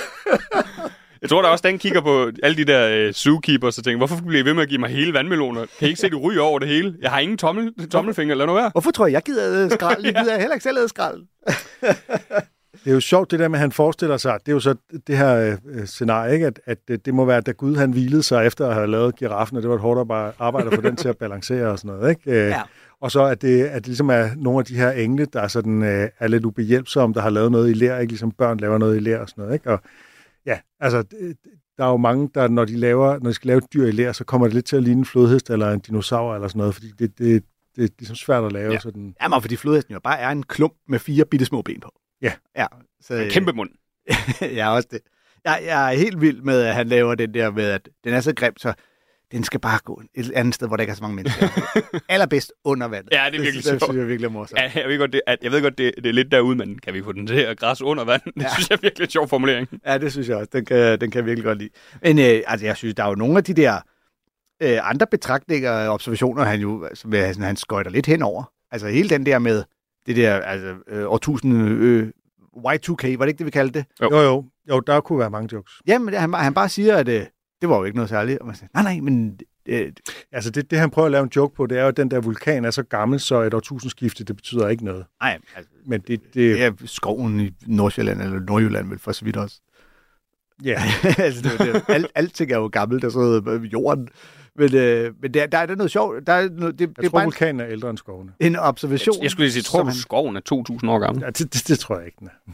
Jeg tror da også, den kigger på alle de der zookeepers og tænker, hvorfor bliver I ved med at give mig hele vandmeloner? Kan I ikke se, det ryger over det hele? Jeg har ingen tommelfinger, eller noget. Hvorfor tror jeg gider æde skrald? Jeg gider heller ikke selv æde skrald. Det er jo sjovt, det der med, at han forestiller sig, det er jo så det her scenarie, ikke? At det må være, da Gud han hvilede sig efter at have lavet giraffen, og det var et hårdt arbejde at få den til at balancere og sådan noget, ikke? Ja. Og så at det ligesom er nogle af de her engle, der er, sådan, er lidt ubehjælpsomme, der har lavet noget i ler, ikke? Ligesom børn laver noget i ler og sådan noget, ikke? Og ja, altså, der er jo mange, der når de skal lave et dyr i ler, så kommer det lidt til at ligne en flodhest eller en dinosaur eller sådan noget, fordi det er ligesom svært at lave. Ja. Sådan. Jamen, fordi flodhesten jo bare er en klump med 4 bitte små ben på. Ja. Ja, så, En kæmpe mund. ja, også det. Jeg er helt vild med, at han laver den der med, at den er så grim, så den skal bare gå et andet sted, hvor der ikke er så mange mennesker. Allerbedst under vandet. Ja, det er virkelig sjovt. Det synes jeg virkelig er morsomt. Ja, jeg ved godt, det er lidt derude, men kan vi få den til at græsse under vand? Det synes jeg er virkelig en sjov formulering. Ja, det synes jeg også. Den kan jeg virkelig godt lide. Men altså, jeg synes, der er jo nogle af de der andre betragtninger og observationer, han skøjter lidt henover. Altså hele den der med det der altså, årtusind Y2K, var det ikke det, vi kaldte det? Jo, der kunne være mange jokes. Jamen, han bare siger, at det var jo ikke noget særligt. Og man siger, nej, men... Altså det han prøver at lave en joke på, det er jo, at den der vulkan er så gammel, så et årtusindskifte, det betyder ikke noget. Nej, altså, men det er skoven i Nordsjælland eller Nordjylland vel for så vidt også. Ja. altså, alting er jo gammelt, der så jorden. Men der er noget sjovt. Jeg tror, vulkanen er ældre end skovene. En observation. Jeg skulle lige sige, tror du, skoven er 2.000 år gammel? Ja, det tror jeg ikke, den er.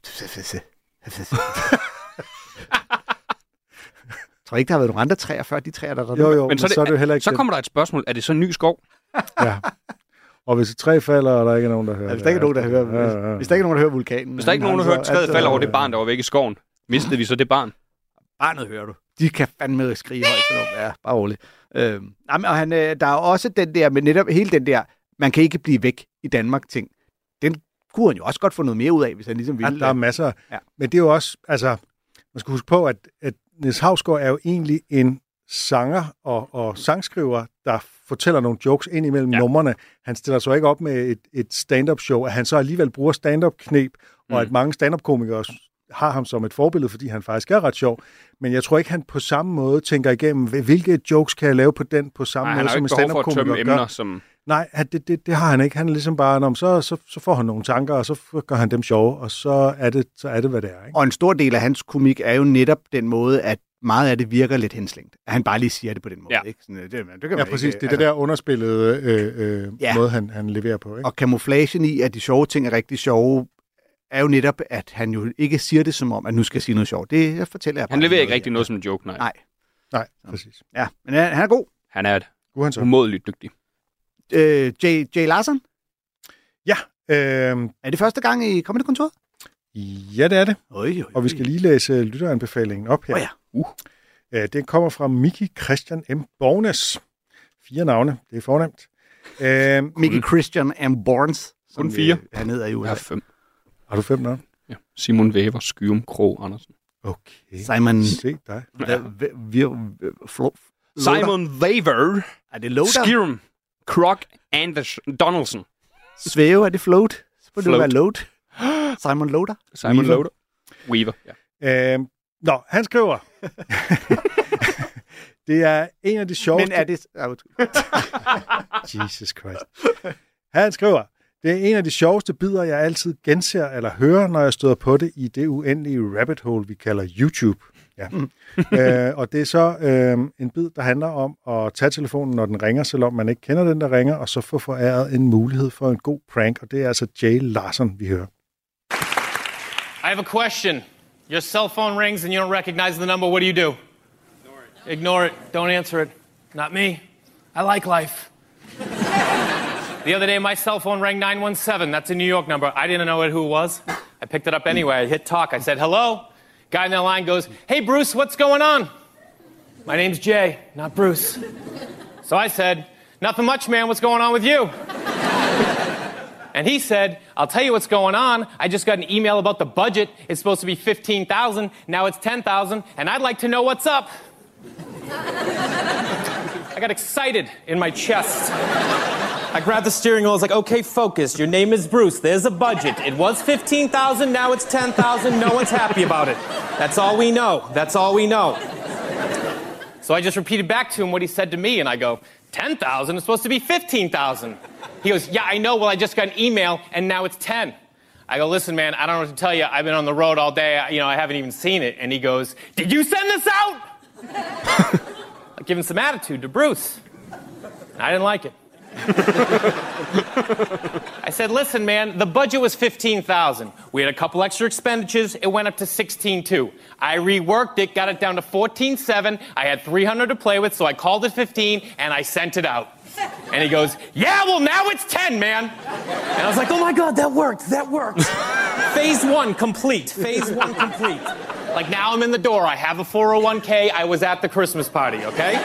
Jeg tror ikke, der har været nogle andre træer før de træer, der Jo, men så er det jo heller ikke... Så kommer der et spørgsmål. Er det så en ny skov? Ja. Og hvis et træ falder, og der ikke er nogen, der hører... Hvis der ikke er nogen, der hører, hvis der ikke er nogen, der hører vulkanen... Hvis der ikke er nogen, der hører træet falder over det barn, der var væk i skoven, mistede vi så det barn? Barnet hører du. De kan fandme skrige højt. Så ja, bare roligt. Og der er også den der, med netop hele den der, man kan ikke blive væk i Danmark ting. Den kunne han jo også godt få noget mere ud af, hvis han ligesom ville. Ja, der er masser. Ja. Men det er jo også, altså, man skal huske på, at Niels Hausgaard er jo egentlig en sanger og sangskriver, der fortæller nogle jokes ind imellem numrene. Han stiller så ikke op med et stand-up show, at han så alligevel bruger stand-up-knep, og at mange stand-up-komikere har ham som et forbillede, fordi han faktisk er ret sjov. Men jeg tror ikke, han på samme måde tænker igennem, hvilke jokes kan jeg lave på den på samme måde, som en stand-up-komiker gør. Som... Nej, det har han ikke. Han er ligesom bare, så får han nogle tanker, og så gør han dem sjove, og så er det, hvad det er. Ikke? Og en stor del af hans komik er jo netop den måde, at meget af det virker lidt henslængt. At han bare lige siger det på den måde. Ja, ikke? Sådan, det kan man præcis. Ikke, det er det der underspillede måde, han leverer på. Ikke? Og camouflagen i, at de sjove ting er rigtig sjove, er jo netop, at han jo ikke siger det som om, at nu skal jeg sige noget sjovt. Det fortæller jeg bare. Han leverer ikke rigtig noget som en joke, nej. Nej, præcis. Ja, men han er god. Han er umådeligt dygtig. Jay Larson? Ja. Er det første gang i Comedy-kontoret? Ja, det er det. Og vi skal lige læse lytteranbefalingen op her. Den kommer fra Miki Christian M. Bornes. 4 navne, det er fornemt. Miki Christian M. Bornes. Kun 4. Han hedder jo. Jeg har 5. Har du 5 navne? Ja. Simon Væver, Skyum, Krog, Andersen. Okay. Simon... Se dig. Simon Weaver. Er det Loader? Skirum. Croc Donaldson. Svæve, er det float? Så må det Float. være load. Simon Loader? Simon Loader. Weaver, ja. Han skriver... Det er en af de sjoveste... Men er det... Jesus Christ. Han skriver, det er en af de sjoveste bidder, jeg altid genser eller hører, når jeg støder på det i det uendelige rabbit hole, vi kalder YouTube. Ja. Og det er så en bid, der handler om at tage telefonen, når den ringer, selvom man ikke kender den, der ringer, og så få foræret en mulighed for en god prank, og det er altså Jay Larson, vi hører. I have a question. Your cell phone rings and you don't recognize the number. What do you do? Ignore it. Don't answer it. Not me. I like life. The other day, my cell phone rang 917. That's a New York number. I didn't know who it was. I picked it up anyway. I hit talk. I said, hello. Guy in the line goes, hey, Bruce, what's going on? My name's Jay, not Bruce. So I said, nothing much, man. What's going on with you? And he said, I'll tell you what's going on. I just got an email about the budget. It's supposed to be $15,000. Now it's $10,000. And I'd like to know what's up. I got excited in my chest. I grabbed the steering wheel. I was like, okay, focus. Your name is Bruce. There's a budget. It was $15,000. Now it's $10,000. No one's happy about it. That's all we know. That's all we know. So I just repeated back to him what he said to me, and I go, 10,000 is supposed to be 15,000. He goes, yeah, I know. Well, I just got an email, and now it's 10. I go, listen, man, I don't know what to tell you. I've been on the road all day. I haven't even seen it. And he goes, did you send this out? I give him some attitude to Bruce. I didn't like it. I said, listen, man, the budget was $15,000. We had a couple extra expenditures. It went up to $16,200. I reworked it, got it down to $14,700. I had $300 to play with, so I called it $15,000, and I sent it out. And he goes, yeah, well, now it's 10, man. And I was like, oh, my God, that worked. That worked. Phase 1 complete. Phase 1 complete. Like, now I'm in the door. I have a 401k. I was at the Christmas party, okay?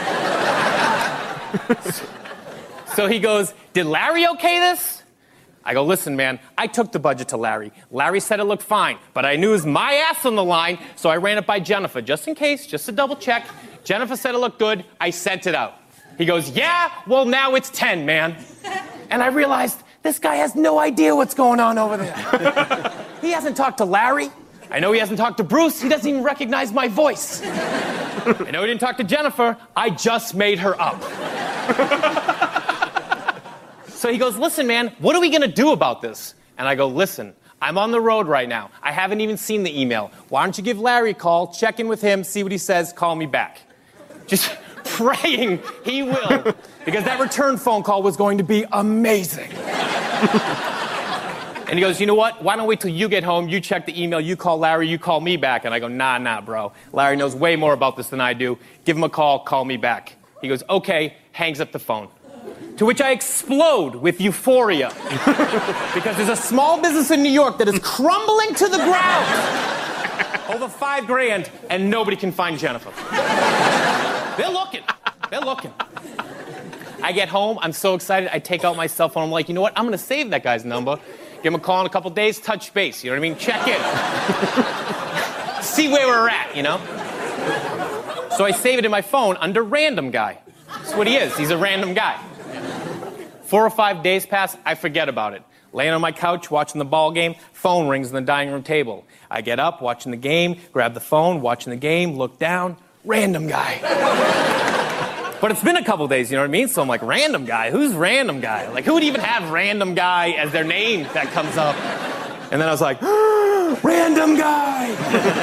So he goes, did Larry okay this? I go, listen, man, I took the budget to Larry. Larry said it looked fine, but I knew it was my ass on the line, so I ran it by Jennifer, just in case, just to double check. Jennifer said it looked good. I sent it out. He goes, yeah, well, now it's 10, man. And I realized this guy has no idea what's going on over there. He hasn't talked to Larry. I know he hasn't talked to Bruce. He doesn't even recognize my voice. I know he didn't talk to Jennifer. I just made her up. So he goes, listen, man, what are we going to do about this? And I go, listen, I'm on the road right now. I haven't even seen the email. Why don't you give Larry a call, check in with him, see what he says, call me back. Just praying he will, because that return phone call was going to be amazing. And he goes, you know what? Why don't we wait till you get home, you check the email, you call Larry, you call me back. And I go, nah, bro. Larry knows way more about this than I do. Give him a call me back. He goes, okay, hangs up the phone. To which I explode with euphoria. Because there's a small business in New York that is crumbling to the ground. Over $5,000, and nobody can find Jennifer. They're looking. I get home, I'm so excited, I take out my cell phone, I'm like, you know what, I'm gonna save that guy's number, give him a call in a couple days, touch base, you know what I mean, check in. See where we're at, you know? So I save it in my phone under random guy. That's what he is, he's a random guy. 4 or 5 days pass, I forget about it. Laying on my couch, watching the ball game, phone rings on the dining room table. I get up, watching the game, grab the phone, watching the game, look down, random guy. But it's been a couple days, you know what I mean? So I'm like, random guy? Who's random guy? Like, who would even have random guy as their name that comes up? And then I was like, random guy!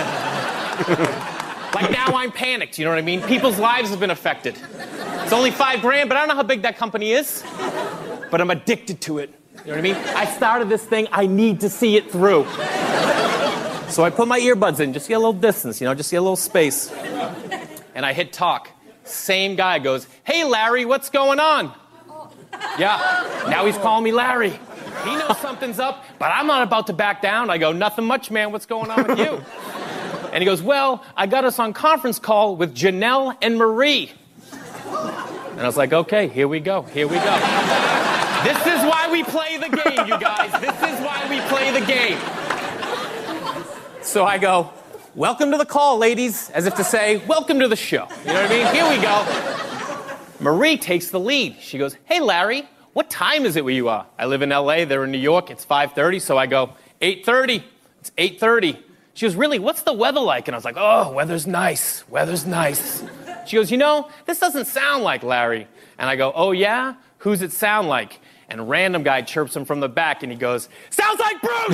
Like, now I'm panicked, you know what I mean? People's lives have been affected. It's only $5,000, but I don't know how big that company is. But I'm addicted to it. You know what I mean? I started this thing, I need to see it through. So I put my earbuds in, just to get a little distance, you know, just to get a little space. And I hit talk. Same guy goes, hey, Larry, what's going on? Yeah, now he's calling me Larry. He knows something's up, but I'm not about to back down. I go, nothing much, man, what's going on with you? And he goes, well, I got us on conference call with Janelle and Marie. And I was like, okay, here we go. This is why we play the game, you guys. This is why we play the game. So I go, welcome to the call, ladies, as if to say, welcome to the show. You know what I mean? Here we go. Marie takes the lead. She goes, hey, Larry, what time is it where you are? I live in L.A., they're in New York, it's 5:30, so I go, 8:30. It's 8:30. She goes, really, what's the weather like? And I was like, oh, weather's nice. She goes, you know, this doesn't sound like Larry. And I go, oh, yeah? Who's it sound like? And a random guy chirps him from the back, and he goes, sounds like Bruce!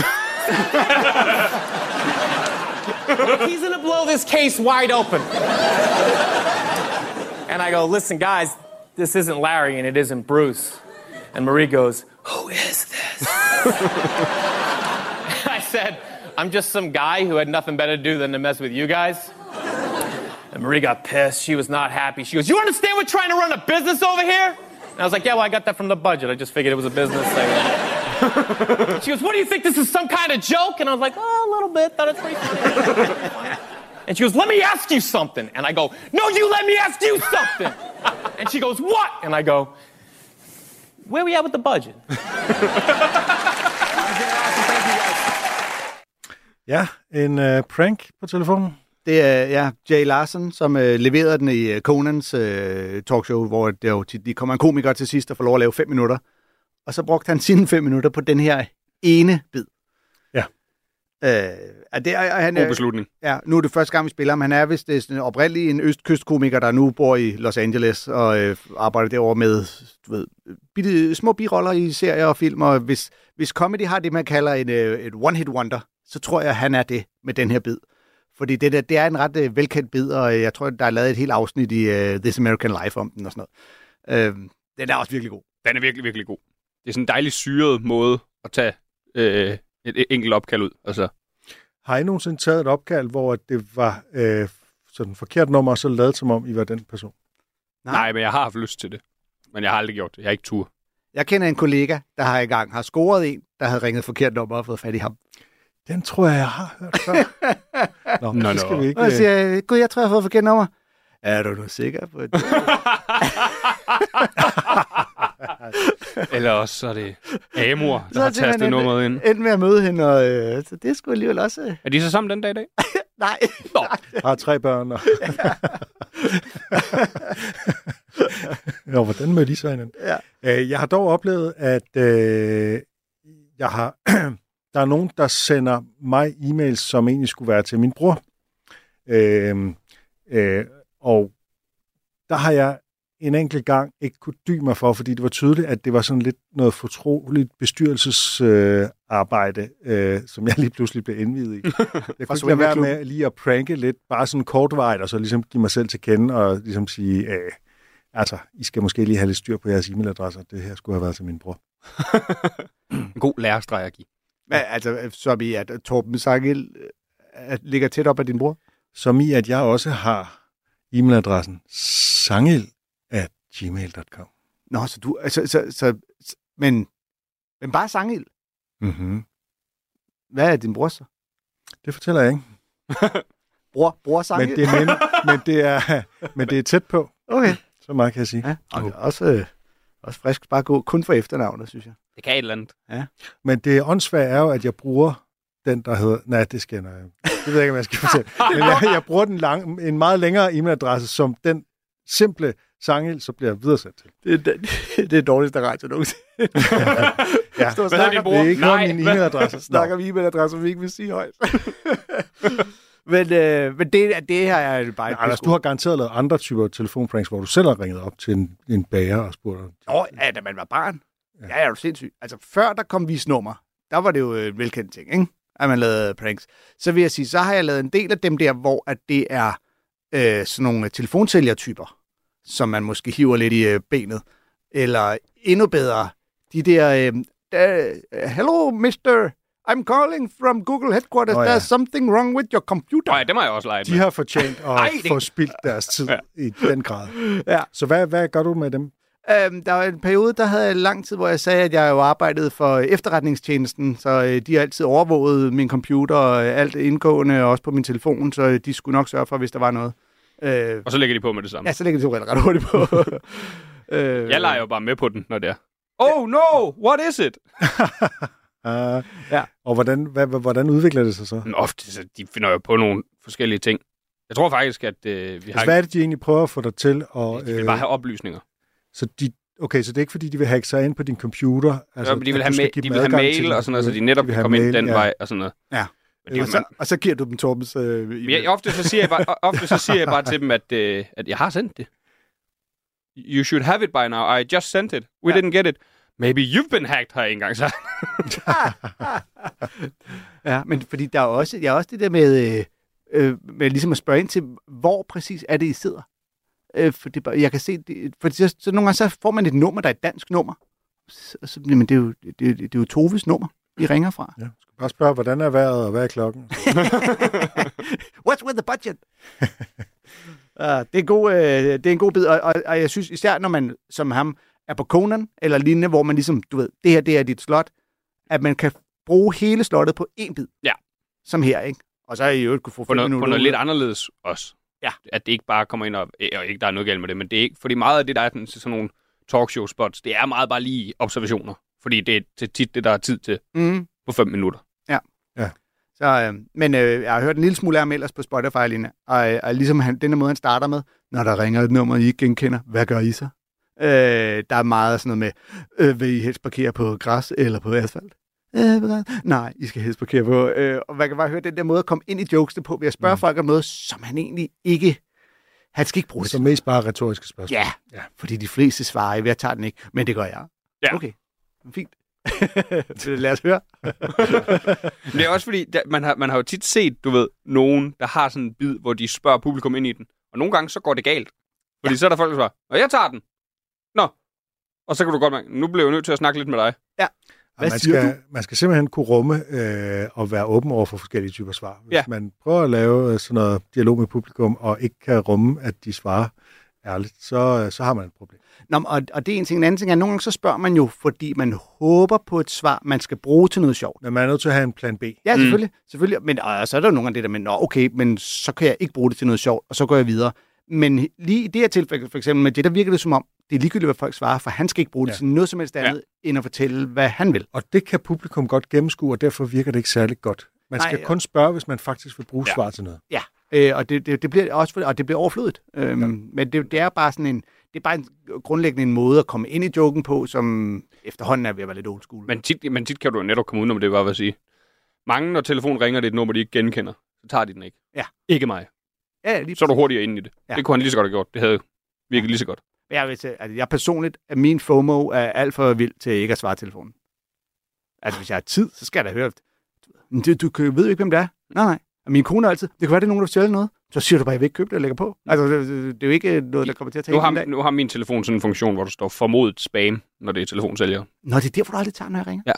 He's gonna blow this case wide open. And I go, listen, guys, this isn't Larry, and it isn't Bruce. And Marie goes, who is this? I said, I'm just some guy who had nothing better to do than to mess with you guys. And Marie got pissed. She was not happy. She goes, you understand we're trying to run a business over here? And I was like, yeah, well, I got that from the budget. I just figured it was a business thing. She goes, what do you think? This is some kind of joke? And I was like, oh, a little bit. Thought it's pretty funny. And she goes, let me ask you something. And I go, no, you let me ask you something. And she goes, what? And I go, where are we at with the budget? Ja, en prank på telefonen. Det er Jay Larson, som leverede den i Conans talkshow, hvor der jo de kommer en komiker til sidst og får lov at lave 5 minutter. Og så brugte han sine 5 minutter på den her ene bid. Ja. God beslutning. Ja, nu er det første gang, vi spiller ham. Han er vist oprindelig en østkystkomiker, der nu bor i Los Angeles og arbejder derovre med små biroller i serier og film. Og hvis comedy har det, man kalder et one-hit wonder, så tror jeg, han er det med den her bid. Fordi det er en ret velkendt bid, og jeg tror, der er lavet et helt afsnit i This American Life om den og sådan noget. Den er også virkelig god. Den er virkelig, virkelig god. Det er sådan en dejlig syret måde at tage et enkelt opkald ud. Altså. Har I nogensinde taget et opkald, hvor det var sådan forkert nummer, og så lavet som om, I var den person? Nej, men jeg har haft lyst til det. Men jeg har aldrig gjort det. Jeg har ikke tur. Jeg kender en kollega, der har scoret en, der havde ringet forkert nummer og fået fat i ham. Den tror jeg har hørt før. Nå, det skal vi ikke. Og jeg siger, gud, jeg tror, jeg har fået forkert nummer. Er du nu sikker på det? Eller også så er det Amor, der har tastet nummeret ind. Endte med at møde hende, og så det skulle alligevel også... Er de så sammen den dag i dag? Nej. Har 3 børn. Og... Jo, hvordan mødte de så hinanden? Ja. Jeg har dog oplevet, at der er nogen, der sender mig e-mails, som egentlig skulle være til min bror. Og der har jeg en enkelt gang ikke kunne dy mig for, fordi det var tydeligt, at det var sådan lidt noget fortroligt bestyrelsesarbejde, som jeg lige pludselig blev indviet i. Jeg kunne ikke lade være med lige at pranke lidt, bare sådan kortvarigt, og så ligesom give mig selv til kende, og ligesom sige, altså, I skal måske lige have lidt styr på jeres e-mailadresser. Det her skulle have været til min bror. En god lærestreg at give. Ja, altså, som i, at Torben Sangil ligger tæt op af din bror? Som i, at jeg også har e-mailadressen sangil@gmail.com. Nå, så du... Men bare Sangil? Mhm. Hvad er din bror så? Det fortæller jeg ikke. Bror Sangil? Men det er tæt på. Okay. Så meget kan jeg sige. Ja, og det er også frisk bare gå kun for efternavnet, synes jeg. Det kan et eller andet. Ja. Men det åndssvage er jo, at jeg bruger den, der hedder... Nej, det skal jeg... Det ved jeg ikke, om jeg skal fortælle. Men jeg bruger en meget længere e-mailadresse, som den simple Sangil, så bliver jeg videresat til. Det er dårligste radio nogensinde. Ja. Hvad hedder din bror? Det er ikke noget min e-mailadresse. Snakker vi e-mailadresse, vi ikke vil sige højt. Men det her er bare... Ja, Anders, du har garanteret lavet andre typer telefonpranks, hvor du selv har ringet op til en bager og spurgt om... Ja, da man var barn. Ja, er du sindssygt. Altså, før der kom visnummer, der var det jo en velkendt ting, ikke? At man lavede pranks. Så vil jeg sige, så har jeg lavet en del af dem der, hvor at det er sådan nogle telefonsælgertyper, som man måske hiver lidt i benet. Eller endnu bedre, de der... Hello, mister... I'm calling from Google headquarters. There's something wrong with your computer. Nej, det må jeg også lege med. De har fortjent at få spildt deres tid i den grad. Ja. Så hvad gør du med dem? Der var en periode, der havde jeg lang tid, hvor jeg sagde, at jeg jo arbejdede for efterretningstjenesten, så de har altid overvåget min computer og alt indgående, og også på min telefon, så de skulle nok sørge for, hvis der var noget. Og så lægger de på med det samme. Ja, så lægger de ret hurtigt på. Jeg leger jo bare med på den, når det er. Oh no, what is it? Ja. Og hvordan udvikler det sig så? Men ofte, så de finder jo på nogle forskellige ting. Jeg tror faktisk, at vi har... Altså, hvad er det, de egentlig prøver at få dig til? De vil bare have oplysninger. Så så det er ikke, fordi de vil hacke sig ind på din computer? Altså, Ja, men de vil have mail og sådan noget, så de netop kan komme ind den vej og sådan noget. Ja. Men Og så giver du dem Torbens... ofte så siger jeg bare til dem, at jeg har sendt det. You should have it by now. I just sent it. We didn't get it. Maybe you've been hacked, har jeg ikke engang sagt. Ja, men fordi der er også det der med ligesom at spørge ind til, hvor præcis er det, I sidder? For det, jeg kan se, for så nogle gange så får man et nummer, der er et dansk nummer. Men det er jo Toves nummer, I ringer fra. Ja, skal bare spørge, hvordan er vejret, og hvad er klokken? What's with the budget? Det er en god bid, og jeg synes, især når man som ham er på Conan, eller lignende, hvor man ligesom, du ved, det er dit slot, at man kan bruge hele slottet på én bid. Ja. Som her, ikke? Og så er I jo kunne få 5 minutter. På noget lidt anderledes også. Ja. At det ikke bare kommer ind og ikke der er noget galt med det, men det er ikke, fordi meget af det, der er sådan nogle talkshow spots, det er meget bare lige observationer. Fordi det er tit det, der er tid til på 5 minutter. Ja. Så, men jeg har hørt en lille smule af ham ellers på Spotify, Lina. Og ligesom denne måde, han starter med, når der ringer et nummer, I ikke genkender, hvad gør I så? Der er meget sådan noget med, vil I helst parkere på græs eller på asfalt? Nej, I skal helst parkere på. Og man kan bare høre den der måde at komme ind i jokesene på, ved at spørge folk om noget, som han egentlig ikke... Han skal ikke bruge det. Så mest bare retoriske spørgsmål. Ja, fordi de fleste svarer, jeg tager den ikke, men det gør jeg. Ja. Okay, fint. Lad os høre. Det er også fordi, man har jo tit set, du ved, nogen, der har sådan en bid, hvor de spørger publikum ind i den. Og nogle gange så går det galt. Fordi så er der folk, der svarer, og jeg tager den. Nå. Og så kan du godt mærke, nu bliver jeg nødt til at snakke lidt med dig. Ja. Man skal simpelthen kunne rumme og være åben over for forskellige typer svar. Hvis man prøver at lave sådan noget dialog med publikum, og ikke kan rumme, at de svarer ærligt, så har man et problem. Nå, og det er en ting. En anden ting er, at nogle gange så spørger man jo, fordi man håber på et svar, man skal bruge til noget sjovt. Men man er nødt til at have en plan B. Ja, selvfølgelig. Men så er der jo nogle af det der med, okay, men så kan jeg ikke bruge det til noget sjovt, og så går jeg videre. Men lige i det her tilfælde, for eksempel med det, der virker det som om, det er ligegyldigt, hvad folk svarer, for han skal ikke bruge det til noget som helst andet, end at fortælle, hvad han vil. Og det kan publikum godt gennemskue, og derfor virker det ikke særlig godt. Man skal kun spørge, hvis man faktisk vil bruge svar til noget. Ja, og det bliver også, og det bliver overflødigt. Men det er bare sådan en, det er bare grundlæggende en måde at komme ind i joken på, som efterhånden er ved at være lidt old school. Men tit kan du jo netop komme ud, om det var at sige. Mange, når telefonen ringer, det er et nummer, de ikke genkender, så tager de den ikke. Ja. Ikke mig. Ja, lige så er du hurtigere inde i det. Ja. Det kunne han lige så godt have gjort. Det havde virket lige så godt. Jeg vil sige, at jeg personligt, at min FOMO er alt for vild til ikke at svare telefonen. Altså, hvis jeg har tid, så skal jeg da høre. Men du ved jo ikke, hvem det er. Nej. Og min kone er altid, det kan være, det er nogen, der fortæller noget. Så siger du bare, jeg vil ikke købe det og lægger på. Altså, det er jo ikke noget, der kommer til at tage en dag. Nu har min telefon sådan en funktion, hvor der står formodet spam, når det er telefonsælger. Nå, det er derfor, du aldrig tager, når jeg ringer? Ja.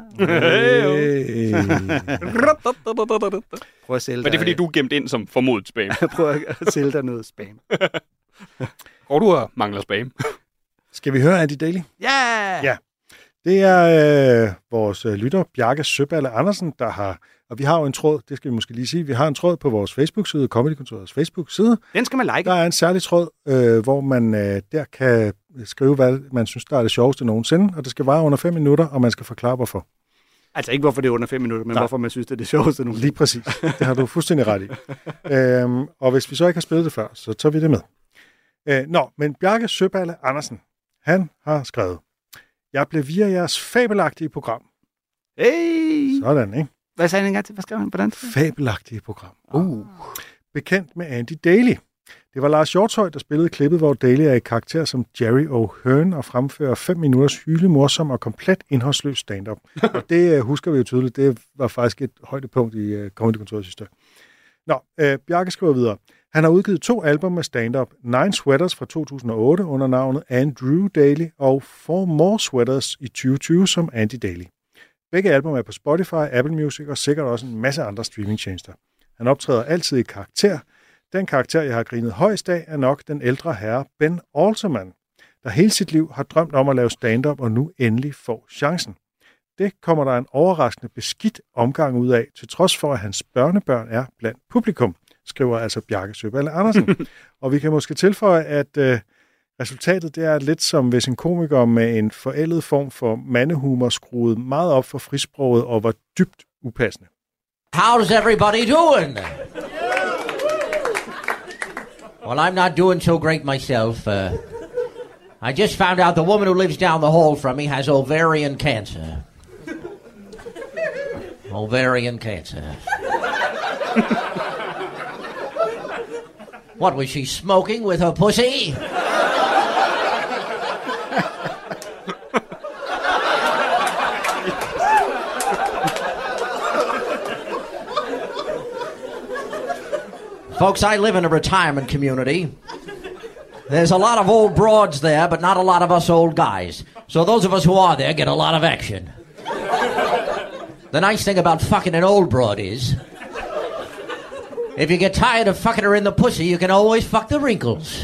Prøv at sælge dig. Men det er, fordi du er gemt ind som formodet spam. Prøv at sælge dig noget spam. Og du mangler spam. Skal vi høre Andy Daly? Ja! Det er vores lytter, Bjarke Søballe Andersen, der har... Og vi har jo en tråd, det skal vi måske lige sige. Vi har en tråd på vores Facebook-side, Comedykontorets Facebook-side. Den skal man like. Der er en særlig tråd, hvor man der kan skrive, hvad man synes, der er det sjoveste nogensinde. Og det skal vare under 5 minutter, og man skal forklare, hvorfor. Altså ikke, hvorfor det er under 5 minutter, men hvorfor man synes, det er det sjoveste nogensinde. Lige præcis. Det har du fuldstændig ret i. Og hvis vi så ikke har spillet det før, så tager vi det med. Men Bjarke Søballe Andersen, han har skrevet: Jeg blev via jeres fabelagtige program. Hey! Sådan, ikke? Hvad sagde han engang til? Hvad skrev han på den? Fabelagtige program. Bekendt med Andy Daly. Det var Lars Hjortshøj, der spillede klippet, hvor Daly er i karakter som Jerry O'Hearn og fremfører 5 minutters hylemorsom og komplet indholdsløs stand-up. Og det husker vi jo tydeligt. Det var faktisk et højdepunkt i Comedykontorets historie. Bjarke skriver videre. Han har udgivet 2 album med stand-up. 9 Sweaters fra 2008 under navnet Andrew Daly og 4 More Sweaters i 2020 som Andy Daly. Begge album er på Spotify, Apple Music og sikkert også en masse andre streamingtjenester. Han optræder altid i karakter. Den karakter, jeg har grinet højst af, er nok den ældre herre Ben Alterman, der hele sit liv har drømt om at lave stand-up og nu endelig får chancen. Det kommer der en overraskende beskidt omgang ud af, til trods for, at hans børnebørn er blandt publikum, skriver altså Bjarke Søballe Andersen. Og vi kan måske tilføje, at Resultatet det er lidt som hvis en komiker med en forældet form for mandehumor skruede meget op for frisproget og var dybt upassende. How's everybody doing? Well, I'm not doing so great myself. I just found out the woman who lives down the hall from me has ovarian cancer. Ovarian cancer. What was she smoking with her pussy? Folks, I live in a retirement community. There's a lot of old broads there, but not a lot of us old guys. So those of us who are there get a lot of action. The nice thing about fucking an old broad is, if you get tired of fucking her in the pussy, you can always fuck the wrinkles.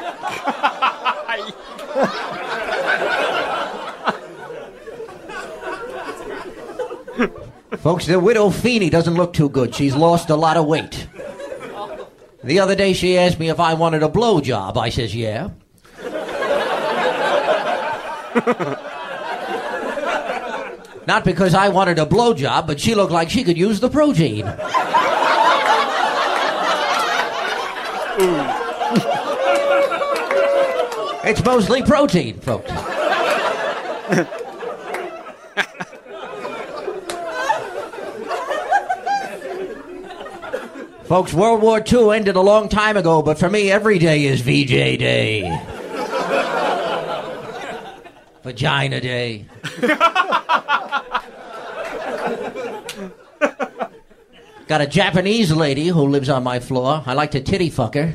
Folks, the widow Feeney doesn't look too good. She's lost a lot of weight. The other day she asked me if I wanted a blowjob. I says, yeah. Not because I wanted a blowjob, but she looked like she could use the protein. It's mostly protein, folks. Folks, World War II ended a long time ago, but for me, every day is VJ Day. Vagina Day. Got a Japanese lady who lives on my floor. I like to titty fuck her.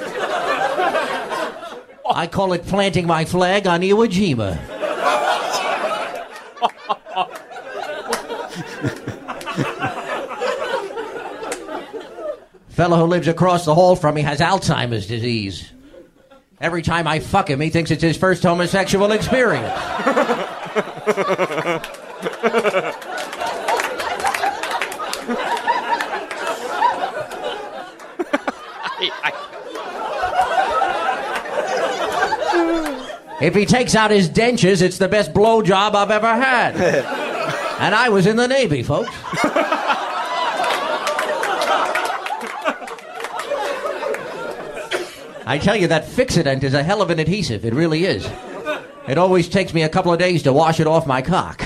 I call it planting my flag on Iwo Jima. Fellow who lives across the hall from me has Alzheimer's disease. Every time I fuck him, he thinks it's his first homosexual experience. If he takes out his dentures, it's the best blowjob I've ever had. And I was in the Navy, folks. I tell you, that Fixodent is a hell of an adhesive. It really is. It always takes me a couple of days to wash it off my cock.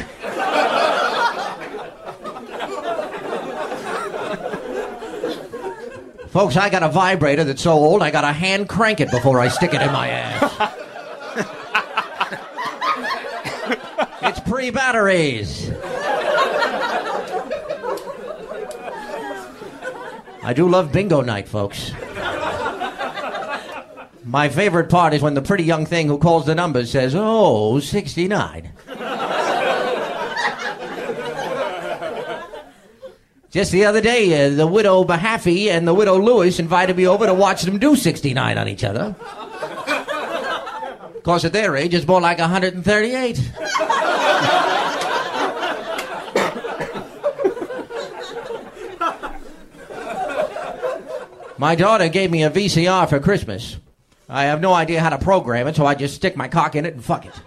Folks, I got a vibrator that's so old I gotta hand crank it before I stick it in my ass. It's pre-batteries. I do love bingo night, folks. My favorite part is when the pretty young thing who calls the numbers says, "Oh, 69. Just the other day, the widow Mahaffey and the widow Lewis invited me over to watch them do 69 on each other. Of course, at their age, it's more like 138. My daughter gave me a VCR for Christmas. I have no idea how to program it, so I just stick my cock in it and fuck it.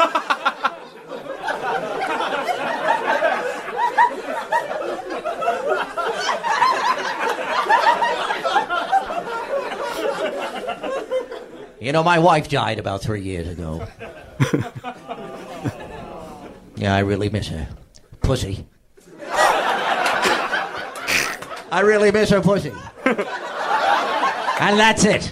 You know, my wife died about 3 years ago. Yeah, I really miss her. Pussy. I really miss her pussy. And that's it.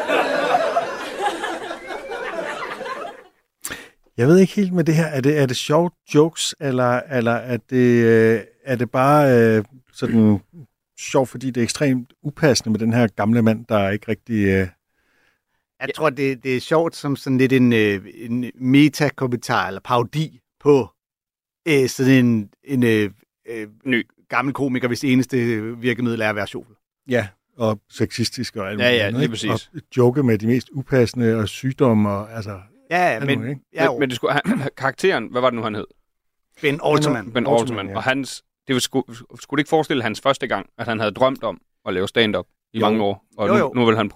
Jeg ved ikke helt med det her. Er det sjovt jokes, eller er det bare sådan sjovt, fordi det er ekstremt upassende med den her gamle mand, der ikke rigtig... Jeg tror, det er sjovt som sådan lidt en metakommentar eller parodi på sådan en ny gammel komiker, hvis eneste virkemiddel er at være sjov. Ja, og sexistisk og alt muligt. Ja, lige præcis. Og joke med de mest upassende og sygdomme og altså... Ja, men det skulle, karakteren, hvad var det nu, han hed? Ben Alterman. Ben Alterman. Ja. Og skulle det ikke forestille hans første gang, at han havde drømt om at lave stand-up i mange år, og nu vil han prøve det.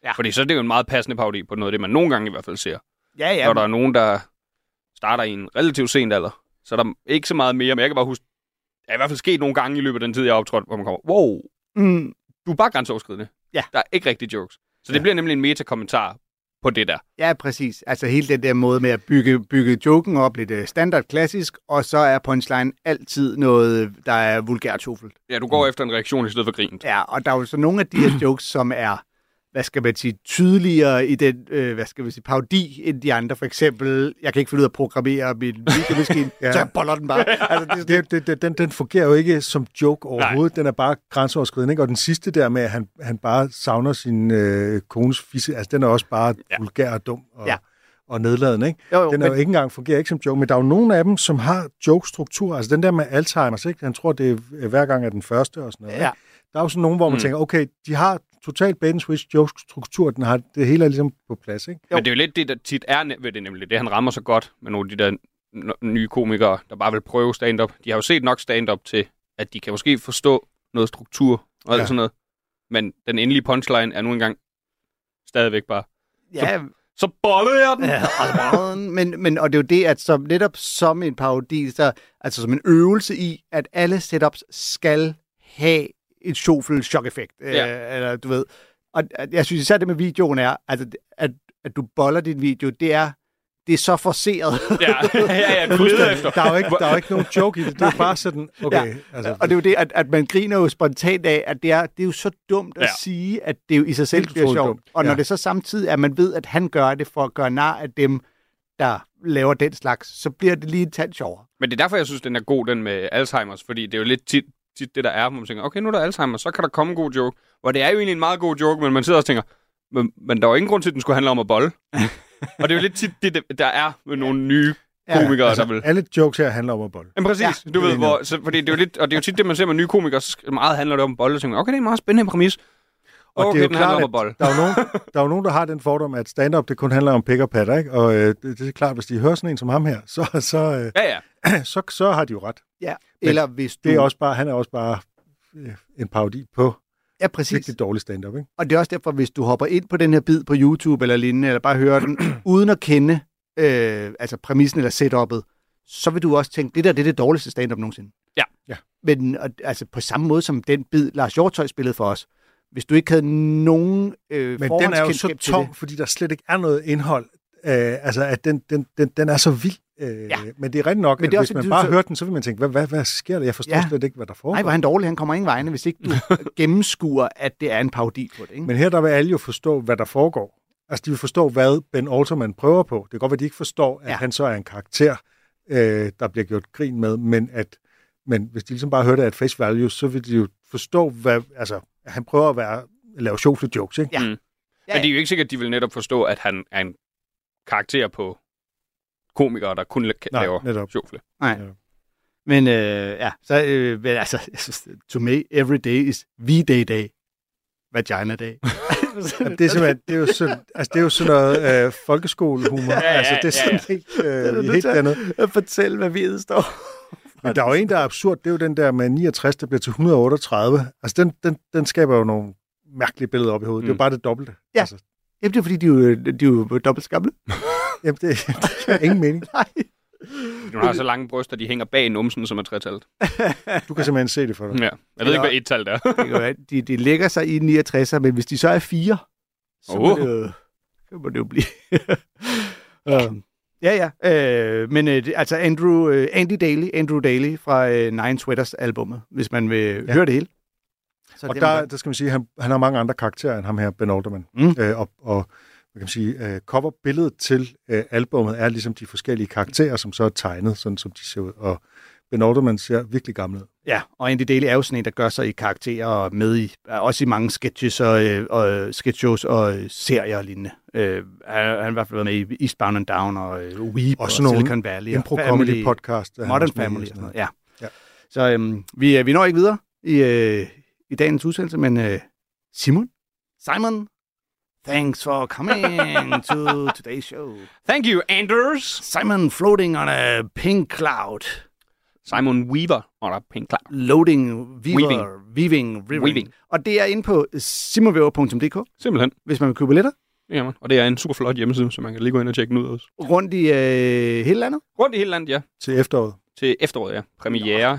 Ja. Fordi så er det jo en meget passende parodi på noget af det, man nogle gange i hvert fald ser. Ja. Når der er nogen, der starter i en relativt sent alder, så er der ikke så meget mere, men jeg kan bare huske, der er i hvert fald sket nogle gange i løbet af den tid, jeg har optrådt, hvor man kommer, wow, du er bare grænseoverskridende. Ja. Der er ikke rigtig jokes. Så det bliver nemlig en meta-kommentar på det der. Ja, præcis. Altså hele den der måde med at bygge joken op lidt standard klassisk, og så er punchline altid noget, der er vulgært sjovfuldt. Ja, du går efter en reaktion i stedet for grint. Ja, og der er jo så nogle af de her jokes, som er, hvad skal man sige, tydeligere i den, parodi end de andre. For eksempel, jeg kan ikke finde ud af at programmere min videomaskine, så jeg boller den bare. Altså, den fungerer jo ikke som joke overhovedet. Nej. Den er bare grænseoverskridende, ikke? Og den sidste der med, at han bare savner sin kones fisse, altså den er også bare vulgær og dum og nedladende, ikke? Jo, den er jo ikke engang, fungerer ikke som joke, men der er jo nogle af dem, som har joke-struktur. Altså den der med Alzheimer's, ikke? Han tror, det er hver gang er den første og sådan noget. Ja. Der er jo sådan nogen, hvor man tænker, okay, de har totalt bait and switch joke-struktur, det hele er ligesom på plads, ikke? Men det er jo lidt det, der tit er ved det nemlig. Det han rammer så godt med nogle af de der nye komikere, der bare vil prøve stand-up. De har jo set nok stand-up til, at de kan måske forstå noget struktur og alt sådan noget. Men den endelige punchline er nu engang stadigvæk bare... Ja, så bollede jeg den! Ja, men og det er jo det, at netop som en parodi, så, altså som en øvelse i, at alle setups skal have et sjovfuldt chok-effekt. Eller du ved. Og jeg synes især det med videoen er, altså, at du boller din video, det er så forceret. Ja, du leder efter. Der er jo ikke nogen joke i det. Det er bare sådan, okay. Ja. Altså, og det er jo det, at man griner jo spontant af, at det er jo så dumt at sige, at det jo i sig selv bliver sjovt. Og når det så samtidig er, at man ved, at han gør det for at gøre nar af dem, der laver den slags, så bliver det lige en tand sjovere. Men det er derfor, jeg synes, den er god, den med Alzheimer's, fordi det er jo lidt tit det, der er, hvor man tænker, okay, nu er der Alzheimer, så kan der komme en god joke. Hvor det er jo egentlig en meget god joke, men man sidder og tænker, men der var ingen grund til, at den skulle handle om at bolle. Og det er jo lidt tit det, der er med nogle nye komikere, altså, der vil... Alle jokes her handler om at bolle. Men præcis, du ved, fordi det er jo lidt, og det er jo tit det, man ser med nye komikere, så meget handler det om at bolle, og tænker, okay, det er en meget spændende præmis. Og okay, det er jo den klart, handler om at bolle. Der er jo nogen, der har den fordom, at stand-up, det kun handler om pik og patter, ikke? Og det er klart, hvis de hører sådan en som ham her, så har de jo ret. Ja, eller hvis du... Det er også bare, han er også bare en parodi på præcis. Rigtig dårlig stand-up, ikke? Og det er også derfor, hvis du hopper ind på den her bid på YouTube eller lignende, eller bare hører den, uden at kende altså præmissen eller setup'et, så vil du også tænke, det er det dårligste stand-up nogensinde. Ja. Men altså på samme måde som den bid, Lars Hjortøj spillede for os, hvis du ikke havde nogen men den er jo så tom, fordi der slet ikke er noget indhold. Altså, at den er så vild. Men det er rigtigt nok, at hvis man bare hører den, så vil man tænke, hvad sker der? Jeg forstår slet ikke, hvad der foregår. Nej, hvor er han dårlig. Han kommer ingen vegne, hvis ikke du gennemskuer, at det er en parodi på det. Ikke? Men her der vil alle jo forstå, hvad der foregår. Altså, de vil forstå, hvad Ben Alterman prøver på. Det kan godt være, de ikke forstår, at han så er en karakter, der bliver gjort grin med, men hvis de ligesom bare hører det at face value, så vil de jo forstå, hvad, altså, han prøver at lave sjovlige jokes, ikke? Ja. Men det er jo ikke sikkert, at de vil netop forstå, at han er en karakter på komikere, der kun laver sjovle. Nej. Men men altså, to me, every day is V-Day, vagina day. Det er simpelthen, det er jo sådan noget folkeskolehumor. Altså, det er sådan helt andet. At fortælle, hvad vi står. Men der er jo en, der er absurd. Det er jo den der med 69, der bliver til 138. Altså, den skaber jo nogle mærkelige billeder op i hovedet. Det er jo bare det dobbelte. Ja. Altså. Jamen, det er fordi, de er jo dobbelt skamle. Jamen, det er ingen mening. Nej. Du har så lange bryster, de hænger bag numsen, som er tretallet. Du kan simpelthen se det for dig. Ja. Jeg ved ikke, hvad et-tallet er. De lægger sig i 69, men hvis de så er 4, så må det jo blive. Men altså Andrew Daly fra Nine Sweaters albumet, hvis man vil høre det hele. Så og der skal man sige, at han har mange andre karakterer end ham her, Ben Alterman. Og man kan sige, coverbilledet til albumet er ligesom de forskellige karakterer, som så er tegnet, sådan som de ser ud. Og Ben Alterman ser virkelig gammel ud. Ja, og Andy Daly er jo sådan en, der gør sig i karakterer og med i, også i mange sketches og sketchshows og serier og lignende. Han har i hvert fald været med i Eastbound and Down og Weep og Silicon Valley. Impro Comedy podcast. Modern Family og sådan noget, ja. Så vi når ikke videre i dagens udsendelse, men Simon, thanks for coming to today's show. Thank you, Anders. Simon floating on a pink cloud. Simon Weaver, og der er penge klar. Loading, Weaving. Og det er inde på simonweaver.dk. Simpelthen. Hvis man vil købe billetter. Ja, man. Og det er en super flot hjemmeside, så man kan lige gå ind og tjekke den ud også. Rundt i hele landet? Rundt i hele landet, ja. Til efteråret? Til efteråret, ja. Premiere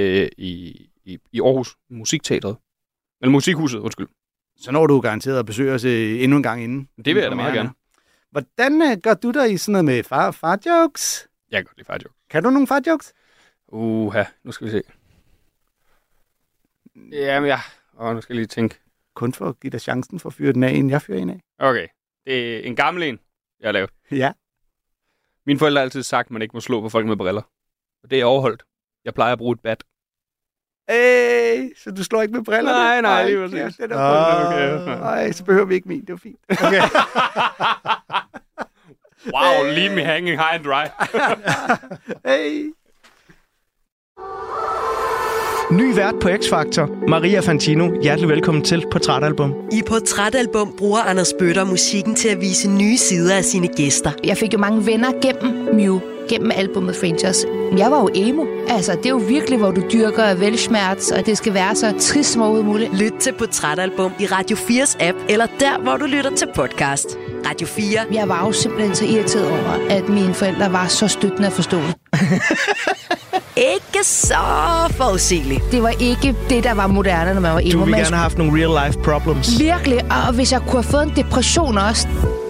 i Aarhus Musikteatret. Eller Musikhuset, undskyld. Så når du garanteret at besøge os endnu en gang inden. Det vil jeg da meget gerne. Hvordan gør du der i sådan noget med far-jokes? Jeg kan godt lide far-jokes. Kan du nogle far-jokes? Nu skal vi se. Jamen ja, nu skal jeg lige tænke. Kun for at give dig chancen for at fyre den af, inden jeg fyrer en af. Okay, det er en gammel en, jeg har lavet. Ja. Mine forældre har altid sagt, at man ikke må slå på folk med briller. Og det er overholdt. Jeg plejer at bruge et bat. Så du slår ikke med briller? Nej, lige præcis. Det er så behøver vi ikke min. Det var fint. Okay. Wow, leave me hanging high and dry. Hey. Ny vært på X-Factor, Maria Fantino. Hjertelig velkommen til Portrætalbum. I Portrætalbum bruger Anders Bøtter musikken til at vise nye sider af sine gæster. Jeg fik jo mange venner gennem Mew, gennem albumet Frangers. Jeg var jo emo. Altså, det er jo virkelig, hvor du dyrker velsmerts, og det skal være så trist som overhovedet muligt. Lyt til Portrætalbum i Radio 4's app, eller der, hvor du lytter til podcast. Radio 4. Jeg var jo simpelthen så irriteret over, at mine forældre var så støttende at forstå det. Ikke så forudsigeligt. Det var ikke det, der var moderne, når man var emo. Du ville gerne have haft nogle real-life problems. Virkelig, og hvis jeg kunne have fået en depression også.